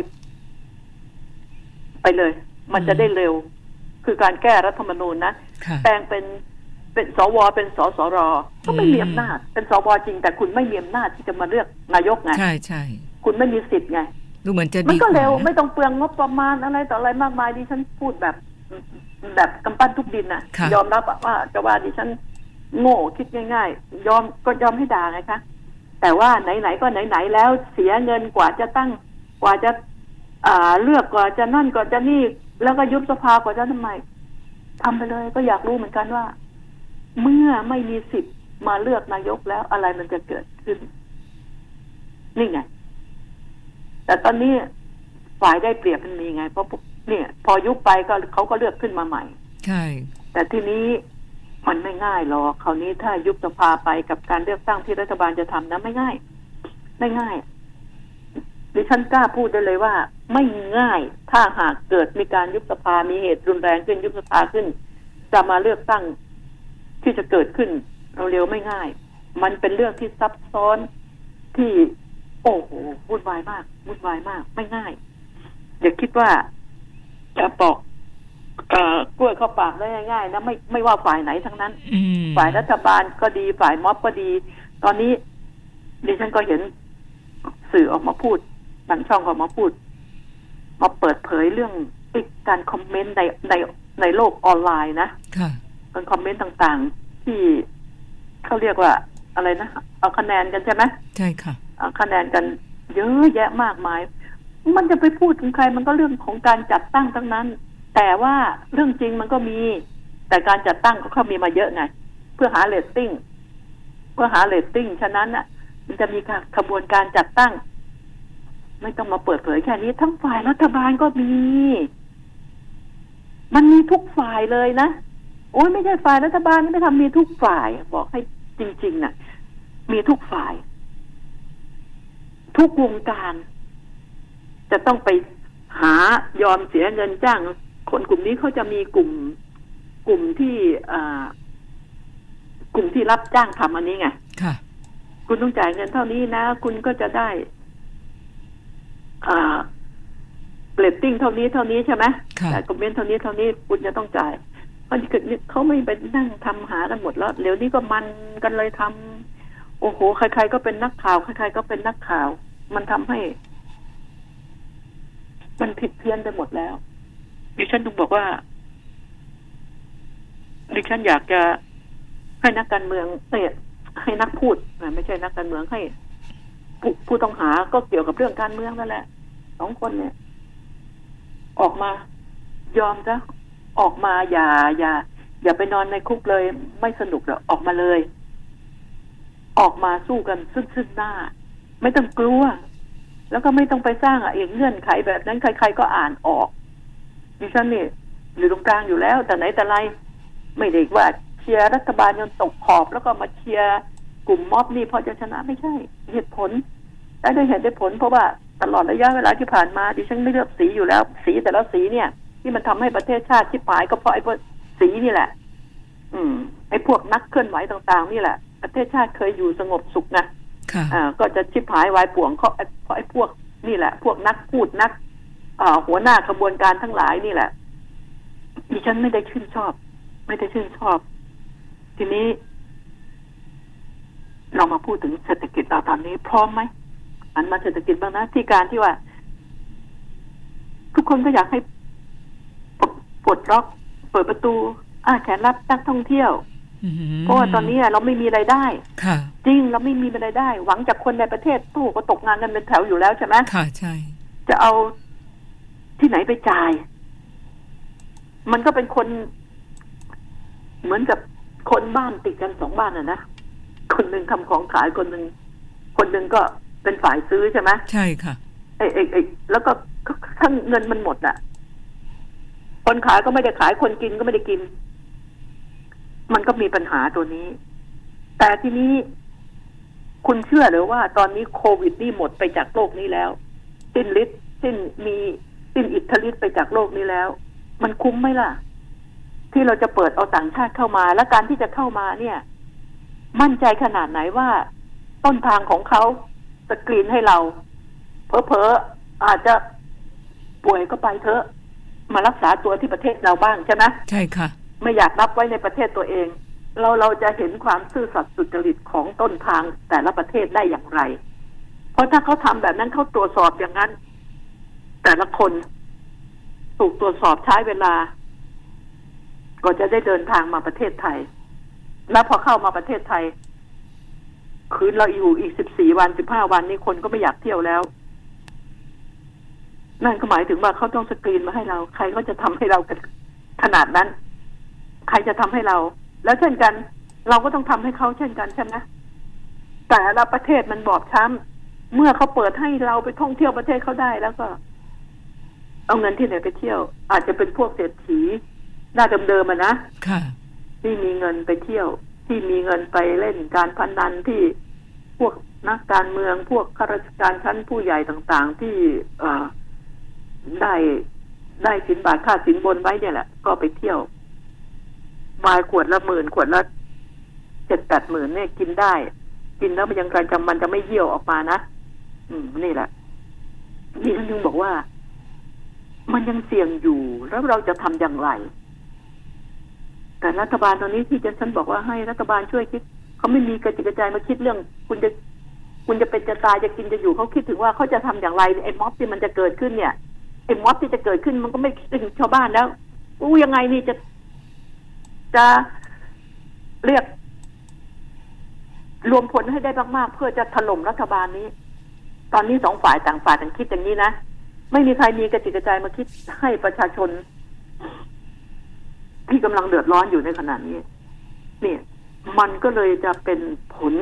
ไปเลยมันจะได้เร็วคือการแก้รัฐธรรมนูญนะแปลงเป็นสว.เป็นสสร.ก็ไม่มีอำนาจเป็นสว.จริงแต่คุณไม่มีอำนาจที่จะมาเลือกนายกไงใช่คุณไม่มีสิทธิ์ไงดูเหมือนจะดีมันก็เร็วไม่ต้องเปลืองงบประมาณอะไรต่ออะไรมากมายดิฉันพูดแบบกำปั้นทุบดินน่ะยอมรับว่าจะว่าดิฉันโง่คิดง่ายๆยอมให้ด่าไงคะแต่ว่าไหนๆก็ไหนๆแล้วเสียเงินกว่าจะตั้งกว่าจะเลือกกว่าจะนั่นกว่าจะนี่แล้วก็ยุบสภากว่าจะทำไมทำไปเลยก็อยากรู้เหมือนกันว่าเมื่อไม่มีสิทธิ์มาเลือกนายกแล้วอะไรมันจะเกิดขึ้นนี่ไงแต่ตอนนี้ฝ่ายได้เปรียบมันมีไงเพราะเนี่ยพอยุบไปก็เขาก็เลือกขึ้นมาใหม่ใช่แต่ทีนี้มันไม่ง่ายหรอกคราวนี้ถ้ายุบสภาไปกับการเลือกตั้งที่รัฐบาลจะทำนะไม่ง่ายดิฉันกล้าพูดได้เลยว่าไม่ง่ายถ้าหากเกิดมีการยุบสภามีเหตุรุนแรงขึ้นยุบสภาขึ้นจะมาเลือกตั้งที่จะเกิดขึ้นเร็วๆไม่ง่ายมันเป็นเรื่องที่ซับซ้อนที่โอ้โหวุ่นวายมากไม่ง่ายอย่าคิดว่าจะปอกกล้วยเข้าปากได้ง่ายๆนะไม่ว่าฝ่ายไหนทั้งนั้นฝ่ายรัฐบาลก็ดีฝ่ายม็อบก็ดีตอนนี้ดิฉันก็เห็นสื่อออกมาพูดบางช่องออกมาพูดมาเปิดเผยเรื่องการคอมเมนต์ในโลกออนไลน์นะการคอมเมนต์ต่างๆที่เขาเรียกว่าอะไรนะเอาคะแนนกันใช่ไหมใช่ค่ะเอาคะแนนกันเยอะแยะมากมายมันจะไปพูดถึงใครมันก็เรื่องของการจัดตั้งทั้งนั้นแต่ว่าเรื่องจริงมันก็มีแต่การจัดตั้งก็เขามีมาเยอะไงเพื่อหาเรตติ้งฉะนั้นน่ะมันจะมีขบวนการจัดตั้งไม่ต้องมาเปิดเผยแค่นี้ทั้งฝ่ายรัฐบาลก็มีมันมีทุกฝ่ายเลยนะโอ้ยไม่ใช่ฝ่ายรัฐบาลไม่ทำมีทุกฝ่ายบอกให้จริงๆน่ะมีทุกฝ่ายทุกวงการจะต้องไปหายอมเสียเงินจ้างคนกลุ่มนี้เขาจะมีกลุ่มที่รับจ้างทำอันนี้ไงค่ะคุณต้องจ่ายเงินเท่านี้นะคุณก็จะได้เรตติ้งเท่านี้ใช่ไหมแต่คอมเมนต์เท่านี้คุณจะต้องจ่ายมันเขาไม่ไปนั่งทำหากันหมดแล้วเดี๋ยวนี้ก็มันกันเลยทำโอ้โหใครๆก็เป็นนักข่าวใครๆก็เป็นนักข่าวมันทำให้มันผิดเพี้ยนไปหมดแล้วดิฉันต้องบอกว่าดิฉันอยากจะให้นักการเมืองให้นักพูดไม่ใช่นักการเมืองให้ผู้ต้องหาก็เกี่ยวกับเรื่องการเมืองนั่นแหละ2 คนเนี่ยออกมายอมซะออกมาอย่าไปนอนในคุกเลยไม่สนุกหรอกออกมาเลยออกมาสู้กันซึ่งหน้าไม่ต้องกลัวแล้วก็ไม่ต้องไปสร้างเงื่อนไขแบบนั้นใครๆก็อ่านออกดิฉันนี่อยู่ตรงกลางอยู่แล้วแต่ไหนแต่ไรไม่ได้ว่าเชียร์รัฐบาลจนตกขอบแล้วก็มาเชียร์กลุ่มม็อบนี่พอจะชนะไม่ใช่เหตุผลและได้เห็นได้ผลเพราะว่าตลอดระยะเวลาที่ผ่านมาดิฉันไม่เลือกสีอยู่แล้วสีแต่ละสีเนี่ยที่มันทำให้ประเทศชาติชิบหายก็เพราะไอ้พวกสีนี่แหละไอ้พวกนักเคลื่อนไหวต่างๆนี่แหละประเทศชาติเคยอยู่สงบสุขนะก็จะชิบหายวายป่วงเพราะไอ้พวกนี่แหละพวกนักพูดนักหัวหน้ากระบวนการทั้งหลายนี่แหละดิฉันไม่ได้ชื่นชอบทีนี้เรามาพูดถึงเศรษฐกิจเราตอนนี้พร้อมไหมอันมาเศรษฐกิจบ้างนะที่การที่ว่าทุกคนก็อยากให้ปลดล็อกเปิดประตูแขนรับนักท่องเที่ยวเพราะว่าตอนนี้เราไม่มีรายได้จริงเราไม่มีรายได้หวังจากคนในประเทศตู้ก็ตกงานกันเป็นแถวอยู่แล้วใช่ไหมค่ะใช่จะเอาที่ไหนไปจ่ายมันก็เป็นคนเหมือนกับคนบ้านติดกัน2 บ้านนะคนหนึ่งทำของขายคนหนึ่งก็เป็นฝ่ายซื้อใช่ไหมใช่ค่ะแล้วก็ทั้งเงินมันหมดคนขายก็ไม่ได้ขายคนกินก็ไม่ได้กินมันก็มีปัญหาตัวนี้แต่ทีนี้คุณเชื่อหรือว่าตอนนี้โควิดนี่หมดไปจากโลกนี้แล้วสิ้นฤทธิ์สิ้นอิทธิฤทธิ์ไปจากโลกนี้แล้วมันคุ้มไหมล่ะที่เราจะเปิดเอาต่างชาติเข้ามาและการที่จะเข้ามาเนี่ยมั่นใจขนาดไหนว่าต้นทางของเขาสกรีนให้เราเผลอๆอาจจะป่วยก็ไปเถอะมารักษาตัวที่ประเทศเราบ้างใช่ไหมใช่ค่ะไม่อยากรับไว้ในประเทศตัวเองเราจะเห็นความซื่อสัตย์สุจริตของต้นทางแต่ละประเทศได้อย่างไรเพราะถ้าเขาทำแบบนั้นเขาตรวจสอบอย่างนั้นแต่ละคนถูกตรวจสอบใช้เวลาก็จะได้เดินทางมาประเทศไทยแล้วพอเข้ามาประเทศไทยคืนเราอยู่อีก14 วัน15 วันนี่คนก็ไม่อยากเที่ยวแล้วนั่นก็หมายถึงว่าเขาต้องสกรีนมาให้เราใครก็จะทำให้เราขนาดนั้นใครจะทำให้เราแล้วเช่นกันเราก็ต้องทำให้เขาเช่นกันใช่ไหมแต่ละประเทศมันบอบช้ำเมื่อเขาเปิดให้เราไปท่องเที่ยวประเทศเขาได้แล้วก็เอาเงินที่ไหนไปเที่ยวอาจจะเป็นพวกเศรษฐีหน้าเดิมๆนะที่มีเงินไปเที่ยวที่มีเงินไปเล่นการพนันที่พวกนักการเมืองพวกข้าราชการชั้นผู้ใหญ่ต่างๆที่ได้สินบาทค่าสินบนไว้เนี่ยแหละก็ไปเที่ยววายขวดละ10,000ขวดละ7-8 หมื่นเนี่ยกินได้กินแล้วมันยังการมันจะไม่เยี่ยวออกมานะนี่แหละนี่ท่านยังบอกว่ามันยังเสี่ยงอยู่แล้วเราจะทำอย่างไรแต่รัฐบาลตอนนี้ที่ฉันบอกว่าให้รัฐบาลช่วยคิดเขาไม่มีกระจิกกระจายมาคิดเรื่องคุณจะเป็นจะตายจะกินจะอยู่เขาคิดถึงว่าเขาจะทำอย่างไรไอ้ม็อบที่มันจะเกิดขึ้นเนี่ยไอ้ม็อบที่จะเกิดขึ้นมันก็ไม่คิดถึงชาวบ้านแล้วยังไงนี่จะเรียกรวมพลให้ได้มากๆเพื่อจะถล่มรัฐบาลนี้ตอนนี้2 ฝ่ายต่างคิดอย่างนี้นะไม่มีใครมีกระจิตกระใจมาคิดให้ประชาชนที่กำลังเดือดร้อนอยู่ในขณะนี้เนี่ยมันก็เลยจะเป็นผล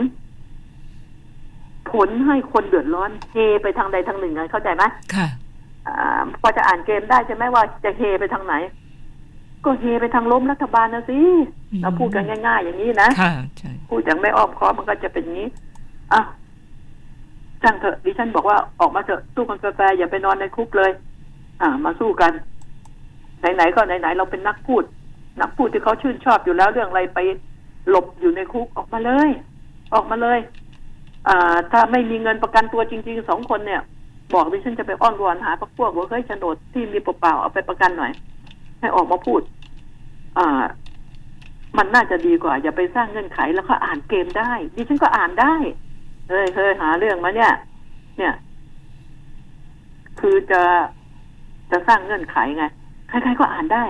ให้คนเดือดร้อนเฮไปทางใดทางหนึ่งไงเข้าใจไหมค่ะพอจะอ่านเกมได้ใช่ไหมว่าจะเฮไปทางไหนก็เฮไปทางล้มรัฐบาลนะสิเราพูดกันง่ายๆอย่างนี้นะค่ะใช่พูดอย่างไม่อ้อมค้อมมันก็จะเป็นอย่างนี้อ่ะช่างเถอะดิฉันบอกว่าออกมาเถอะสู้กันแฟร์อย่าไปนอนในคุกเลยมาสู้กันไหนๆก็ไหนๆเราเป็นนักพูดที่เขาชื่นชอบอยู่แล้วเรื่องอะไรไปหลบอยู่ในคุกออกมาเลยถ้าไม่มีเงินประกันตัวจริงๆ2 คนเนี่ยบอกดิฉันจะไปอ้อนวอนหาพวกว่าเฮ้ยโฉนดที่มีเปล่าๆเอาไปประกันหน่อยให้ออกมาพูดมันน่าจะดีกว่าอย่าไปสร้างเงื่อนไขแล้วก็อ่านเกมได้ดิฉันก็อ่านได้เฮ้ยหาเรื่องมาเนี่ยคือจะสร้างเงื่อนไขไงใครๆก็อ่านได้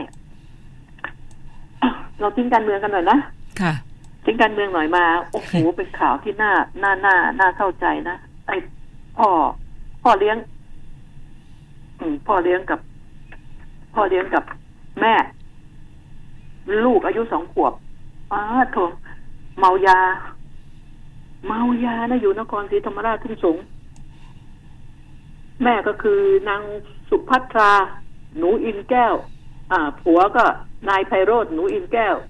เราทิ้งการเมืองกันหน่อยนะค่ะทิ้งการเมืองหน่อยมาโอ้โหเป็นข่าวที่น่าเข้าใจนะไอ้พ่อเลี้ยงกับแม่ลูกอายุ2 ขวบโถเมายานะอยู่นครศรีธรรมราชทุ่งสงแม่ก็คือนางสุภัทราหนูอินแก้วผัวก็นายไพโรจน์หนูอินแก้ว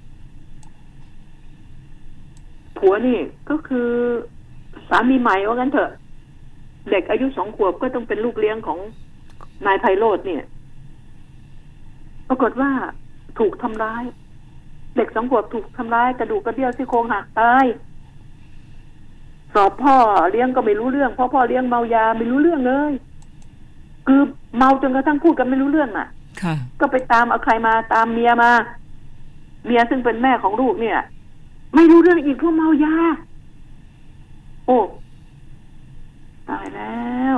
ผัวนี่ก็คือสามีใหม่ว่างั้นเถอะเด็กอายุ2 ขวบก็ต้องเป็นลูกเลี้ยงของนายไพโรจน์เนี่ยปรากฏว่าถูกทำร้ายเด็ก2 ขวบถูกทำร้ายกระดูกกระเดี่ยวซี่โครงหักตายสอบพ่อเลี้ยงก็ไม่รู้เรื่องเพราะพ่อเลี้ยงเมายาไม่รู้เรื่องเลยคือเมาจนกระทั่งพูดกันไม่รู้เรื่องน่ะก็ไปตามเอาใครมาตามเมียซึ่งเป็นแม่ของลูกเนี่ยไม่รู้เรื่องอีกเพราะเมายาโอ้ตายแล้ว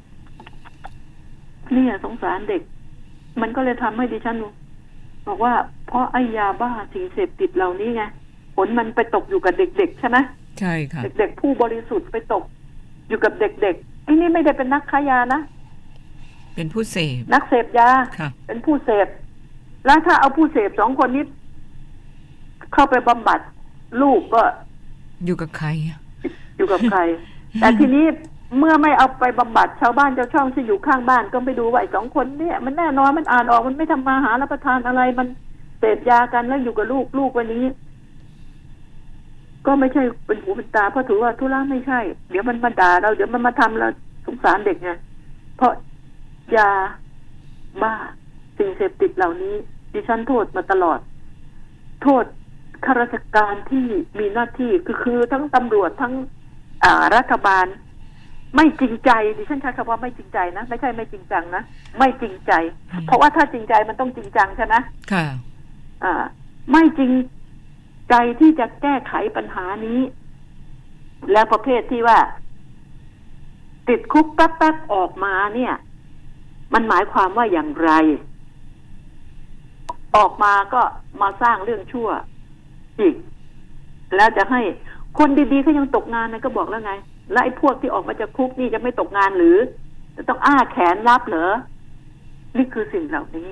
เนี่ยสงสารเด็กมันก็เลยทำให้ดิฉันบอกว่าเพราะไอ้ยาบ้าสิ่งเสพติดเหล่านี้ไงผลมันไปตกอยู่กับเด็กๆใช่ไหมใช่ค่ะเด็กๆผู้บริสุทธิ์ไปตกอยู่กับเด็กๆไอ้นี่ไม่ได้เป็นนักค้ายานะเป็นผู้เสพนักเสพยาเป็นผู้เสพแล้วถ้าเอาผู้เสพ2 คนนี้เข้าไปบำบัดลูกก็อยู่กับใครแต่ทีนี้เมื่อไม่เอาไปบำบัดชาวบ้านชาวช่องที่อยู่ข้างบ้านก็ไปดูว่า2 คนเนี่ยมันแน่นอนมันอ่านออกมันไม่ทำมาหารับประทานอะไรมันเสพยากันแล้วอยู่กับลูกวันนี้ก็ไม่ใช่เป็นหูเป็นตาเพราะถือว่าธุระไม่ใช่เดี๋ยวมันมาด่าเราเดี๋ยวมันมาทำเราสงสารเด็กไงเพราะยาบ้าสิ่งเสพติดเหล่านี้ดิฉันโทษมาตลอดโทษข้าราชการที่มีหน้าที่คือทั้งตำรวจทั้งรัฐบาลไม่จริงใจดิฉันใช้คำว่าไม่จริงใจนะไม่ใช่ไม่จริงจังนะไม่จริงใจเพราะว่าถ้าจริงใจมันต้องจริงจังใช่ไหมค่ะไม่จริงใจที่จะแก้ไขปัญหานี้แล้วประเภทที่ว่าติดคุกแป๊บๆออกมาเนี่ยมันหมายความว่าอย่างไรออกมาก็มาสร้างเรื่องชั่วอีกแล้วจะให้คนดีๆเขายังตกงานนะก็บอกแล้วไงแล้วไอ้พวกที่ออกมาจากคุกนี่จะไม่ตกงานหรือจะต้องอ้าแขนรับเหรอนี่คือสิ่งเหล่านี้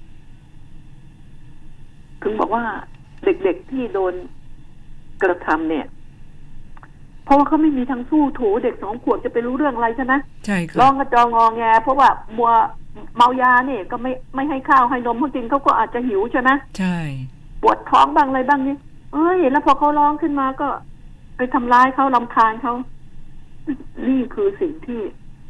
ถึงบอกว่าเด็กๆที่โดนกระทำเนี่ยเพราะว่าเขาไม่มีทางสู้โถเด็ก2 ขวบจะไปรู้เรื่องอะไรใช่ไหมใช่ค่ะร้องกระจองงอแงเพราะว่ามัวเมายาเนี่ยก็ไม่ให้ข้าวให้นมเขากินเขาก็อาจจะหิวใช่ไหมใช่ปวดท้องบ้างอะไรบ้างนี่แล้วพอเขาร้องขึ้นมาก็ไปทำร้ายเขารำคาญเขานี่คือสิ่งที่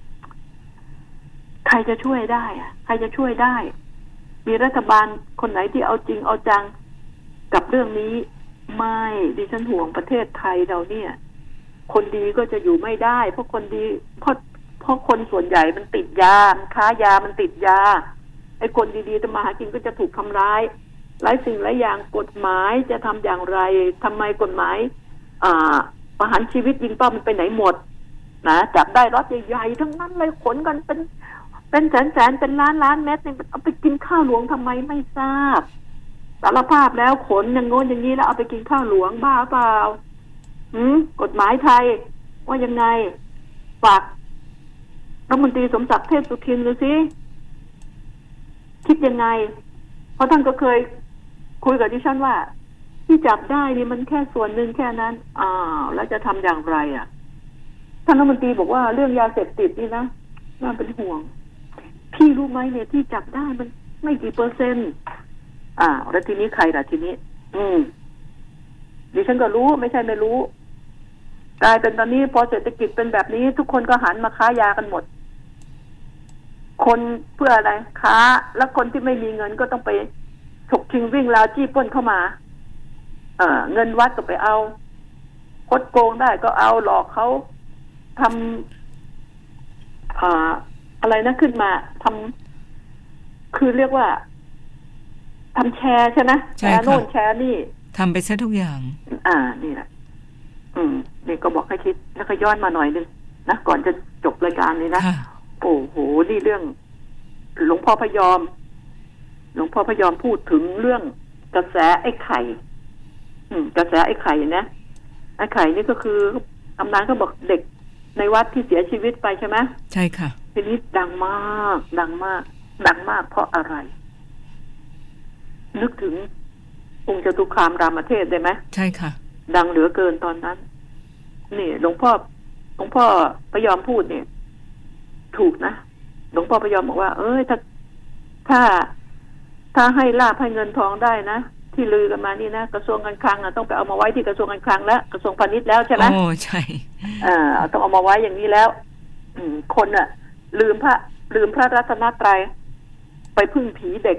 ใครจะช่วยได้ใครจะช่วยได้มีรัฐบาลคนไหนที่เอาจริงเอาจังกับเรื่องนี้ไม่ดิฉันห่วงประเทศไทยเราเนี่ยคนดีก็จะอยู่ไม่ได้เพราะคนดีเพราะคนส่วนใหญ่มันติดยาค้ายามันติดยาไอ้คนดีๆจะมาหากินก็จะถูกทำร้ายหลายสิ่งหลายอย่างกฎหมายจะทำอย่างไรทำไมกฎหมายประหารชีวิตยิงเป้ามันไปไหนหมดนะจับได้รถใหญ่ๆทั้งนั้นเลยขนกันเป็นแสนๆเป็นล้านเม็ดเนี่ยเอาไปกินข้าวหลวงทำไมไม่ทราบสารภาพแล้วขนอย่างโน้นอย่างนี้แล้วเอาไปกินข้าวหลวงบ้าเปล่ากฎหมายไทยว่ายังไงฝากรัฐมนตรีสมศักดิ์เทพสุทินดูสิคิดยังไงเพราะท่านก็เคยคุยกับดิฉันว่าที่จับได้นี่มันแค่ส่วนหนึ่งแค่นั้นแล้วจะทำอย่างไรท่านรัฐมนตรีบอกว่าเรื่องยาเสพติดนี่นะน่าเป็นห่วงพี่รู้ไหมเนี่ยที่จับได้มันไม่กี่เปอร์เซ็นต์แล้วทีนี้ใครล่ะทีนี้ดิฉันก็รู้ไม่ใช่ไม่รู้กลายเป็นตอนนี้พอเศรษฐกิจเป็นแบบนี้ทุกคนก็หันมาค้ายากันหมดคนเพื่ออะไรค้าแล้วคนที่ไม่มีเงินก็ต้องไปฉกชิงวิ่งราวจี้ปล้นเข้ามาเงินวัดก็ไปเอาคดโกงได้ก็เอาหลอกเขาทำอะไรนะขึ้นมาทำคือเรียกว่าทำแชร์ใช่ไหมแชร์โน่นแชร์นี่ทำไปซะทุกอย่างนี่แหละนี่ก็บอกให้คิดแล้วก็ย้อนมาหน่อยนึงนะก่อนจะจบรายการนี้นะโอ้โหนี่เรื่องหลวงพ่อพยอมพูดถึงเรื่องกระแสไอ้ไข่กระแสไอ้ไข่นะไอ้ไข่นี่ก็คือตำนานก็บอกเด็กในวัดที่เสียชีวิตไปใช่ไหมใช่ค่ะทีนี้ดังมากเพราะอะไรนึกถึงองค์จตุคามรามเทพได้ไหมใช่ค่ะดังเหลือเกินตอนนั้นนี่หลวงพ่อพยอมพูดเนี่ยถูกนะหลวงพ่อพยอมบอกว่าถ้าให้ลาภให้เงินทองได้นะที่ลือกันมานี่นะกระทรวงการคลังต้องไปเอามาไว้ที่กระทรวงการคลังแล้วกระทรวงพาณิชย์แล้วใช่ไหมโอ้ใช่ต้องเอามาไว้อย่างนี้แล้วคนลืมพระรัตนตรัยไปพึ่งผีเด็ก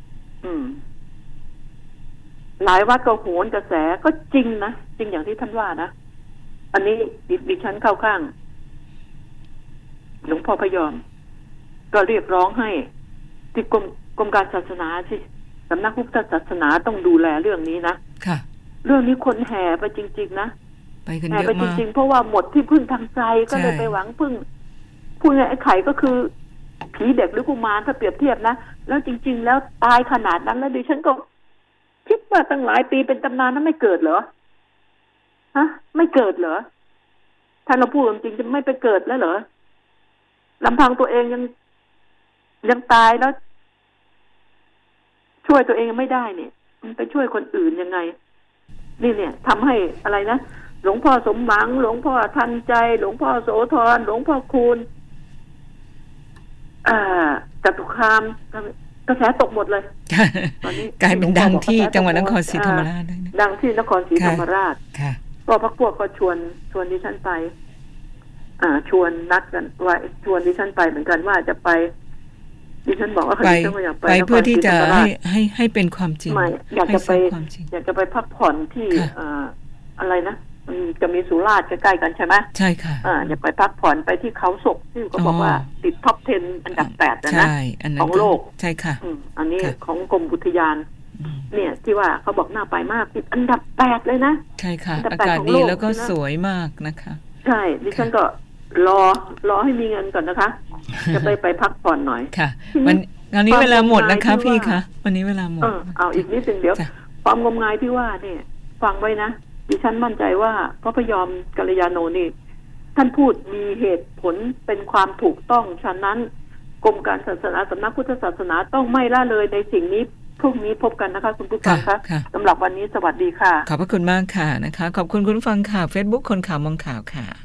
หลายวัดก็โหนกระแสก็จริงนะจริงอย่างที่ท่านว่านะอันนี้ดิฉันเข้าข้างหลวงพ่อพยอมก็เรียกร้องให้ที่กรมการศาสนาที่สำนักพุทธศาสนาต้องดูแลเรื่องนี้นะค่ะเรื่องนี้คนแห่ไปจริงๆนะไปกันเยอะมากแห่ไปจริงๆเพราะว่าหมดที่พึ่งทางใจก็เลยไปหวังพึ่งพูดไงไอ้ไข่ก็คือผีเด็กหรือกุมารถ้าเปรียบเทียบนะแล้วจริงๆแล้วตายขนาดนั้นแล้วดิฉันก็คิดว่าตั้งหลายปีเป็นตำนานนั้นไม่เกิดเหรอไม่เกิดเหรอถ้าเราพูดจริงจะไม่ไปเกิดแล้วเหรอลำพังตัวเองยังตายแล้วช่วยตัวเองไม่ได้เนี่ยมันไปช่วยคนอื่นยังไงนี่เนี่ยทำให้อะไรนะหลวงพ่อสมหวังหลวงพ่อทันใจหลวงพ่อโสธรหลวงพ่อคูณจตุคามกระแสตกหมดเลยตอนนี้กลายเป็นดังที่จังหวัดนครศรีธรรมราชดังที่นครศรีธรรมราชก็พรรคพวกก็ชวนดิฉันไปชวนนัดกันว่าชวนดิฉันไปเหมือนกันว่าจะไปดิฉันบอกว่าดิฉันอยากไปเพื่อที่จะให้เป็นความจริงอยากจะไปพักผ่อนที่อะไรนะมันจะมีสุราษฎร์ใกล้ๆกันใช่ไหมใช่ค่ะอยากไปพักผ่อนไปที่เขาศกที่เขาบอกว่าติดท็อป 10 อันดับ 8นะของโลกใช่ค่ะอันนี้ของกรมอุทยานเนี่ยที่ว่าเขาบอกน่าไปมากติดอันดับ 8เลยนะใช่ค่ะอากาศดีแล้วก็สวยมากนะคะใช่ดิฉันก็รอให้มีเงินก่อนนะคะจะไปพักผ่อนหน่อยค่ะวันนี้เวลาหมดนะคะพี่คะวันนี้เวลาหมดเอาอีกนิดนึงเดี๋ยวความงมงายที่ว่าเนี่ยฟังไว้นะดิฉันมั่นใจว่าพระพยอมกัลยาโนนี่ท่านพูดมีเหตุผลเป็นความถูกต้องฉะนั้นกรมการศาสนาสำนักพุทธศาสนาต้องไม่ละเลยในสิ่งนี้พรุ่งนี้พบกันนะคะคุณผู้ฟังคะสำหรับวันนี้สวัสดีค่ะขอบพระคุณมากค่ะนะคะขอบคุณคุณฟังค่ะ Facebook คนข่าวมองข่าวค่ะ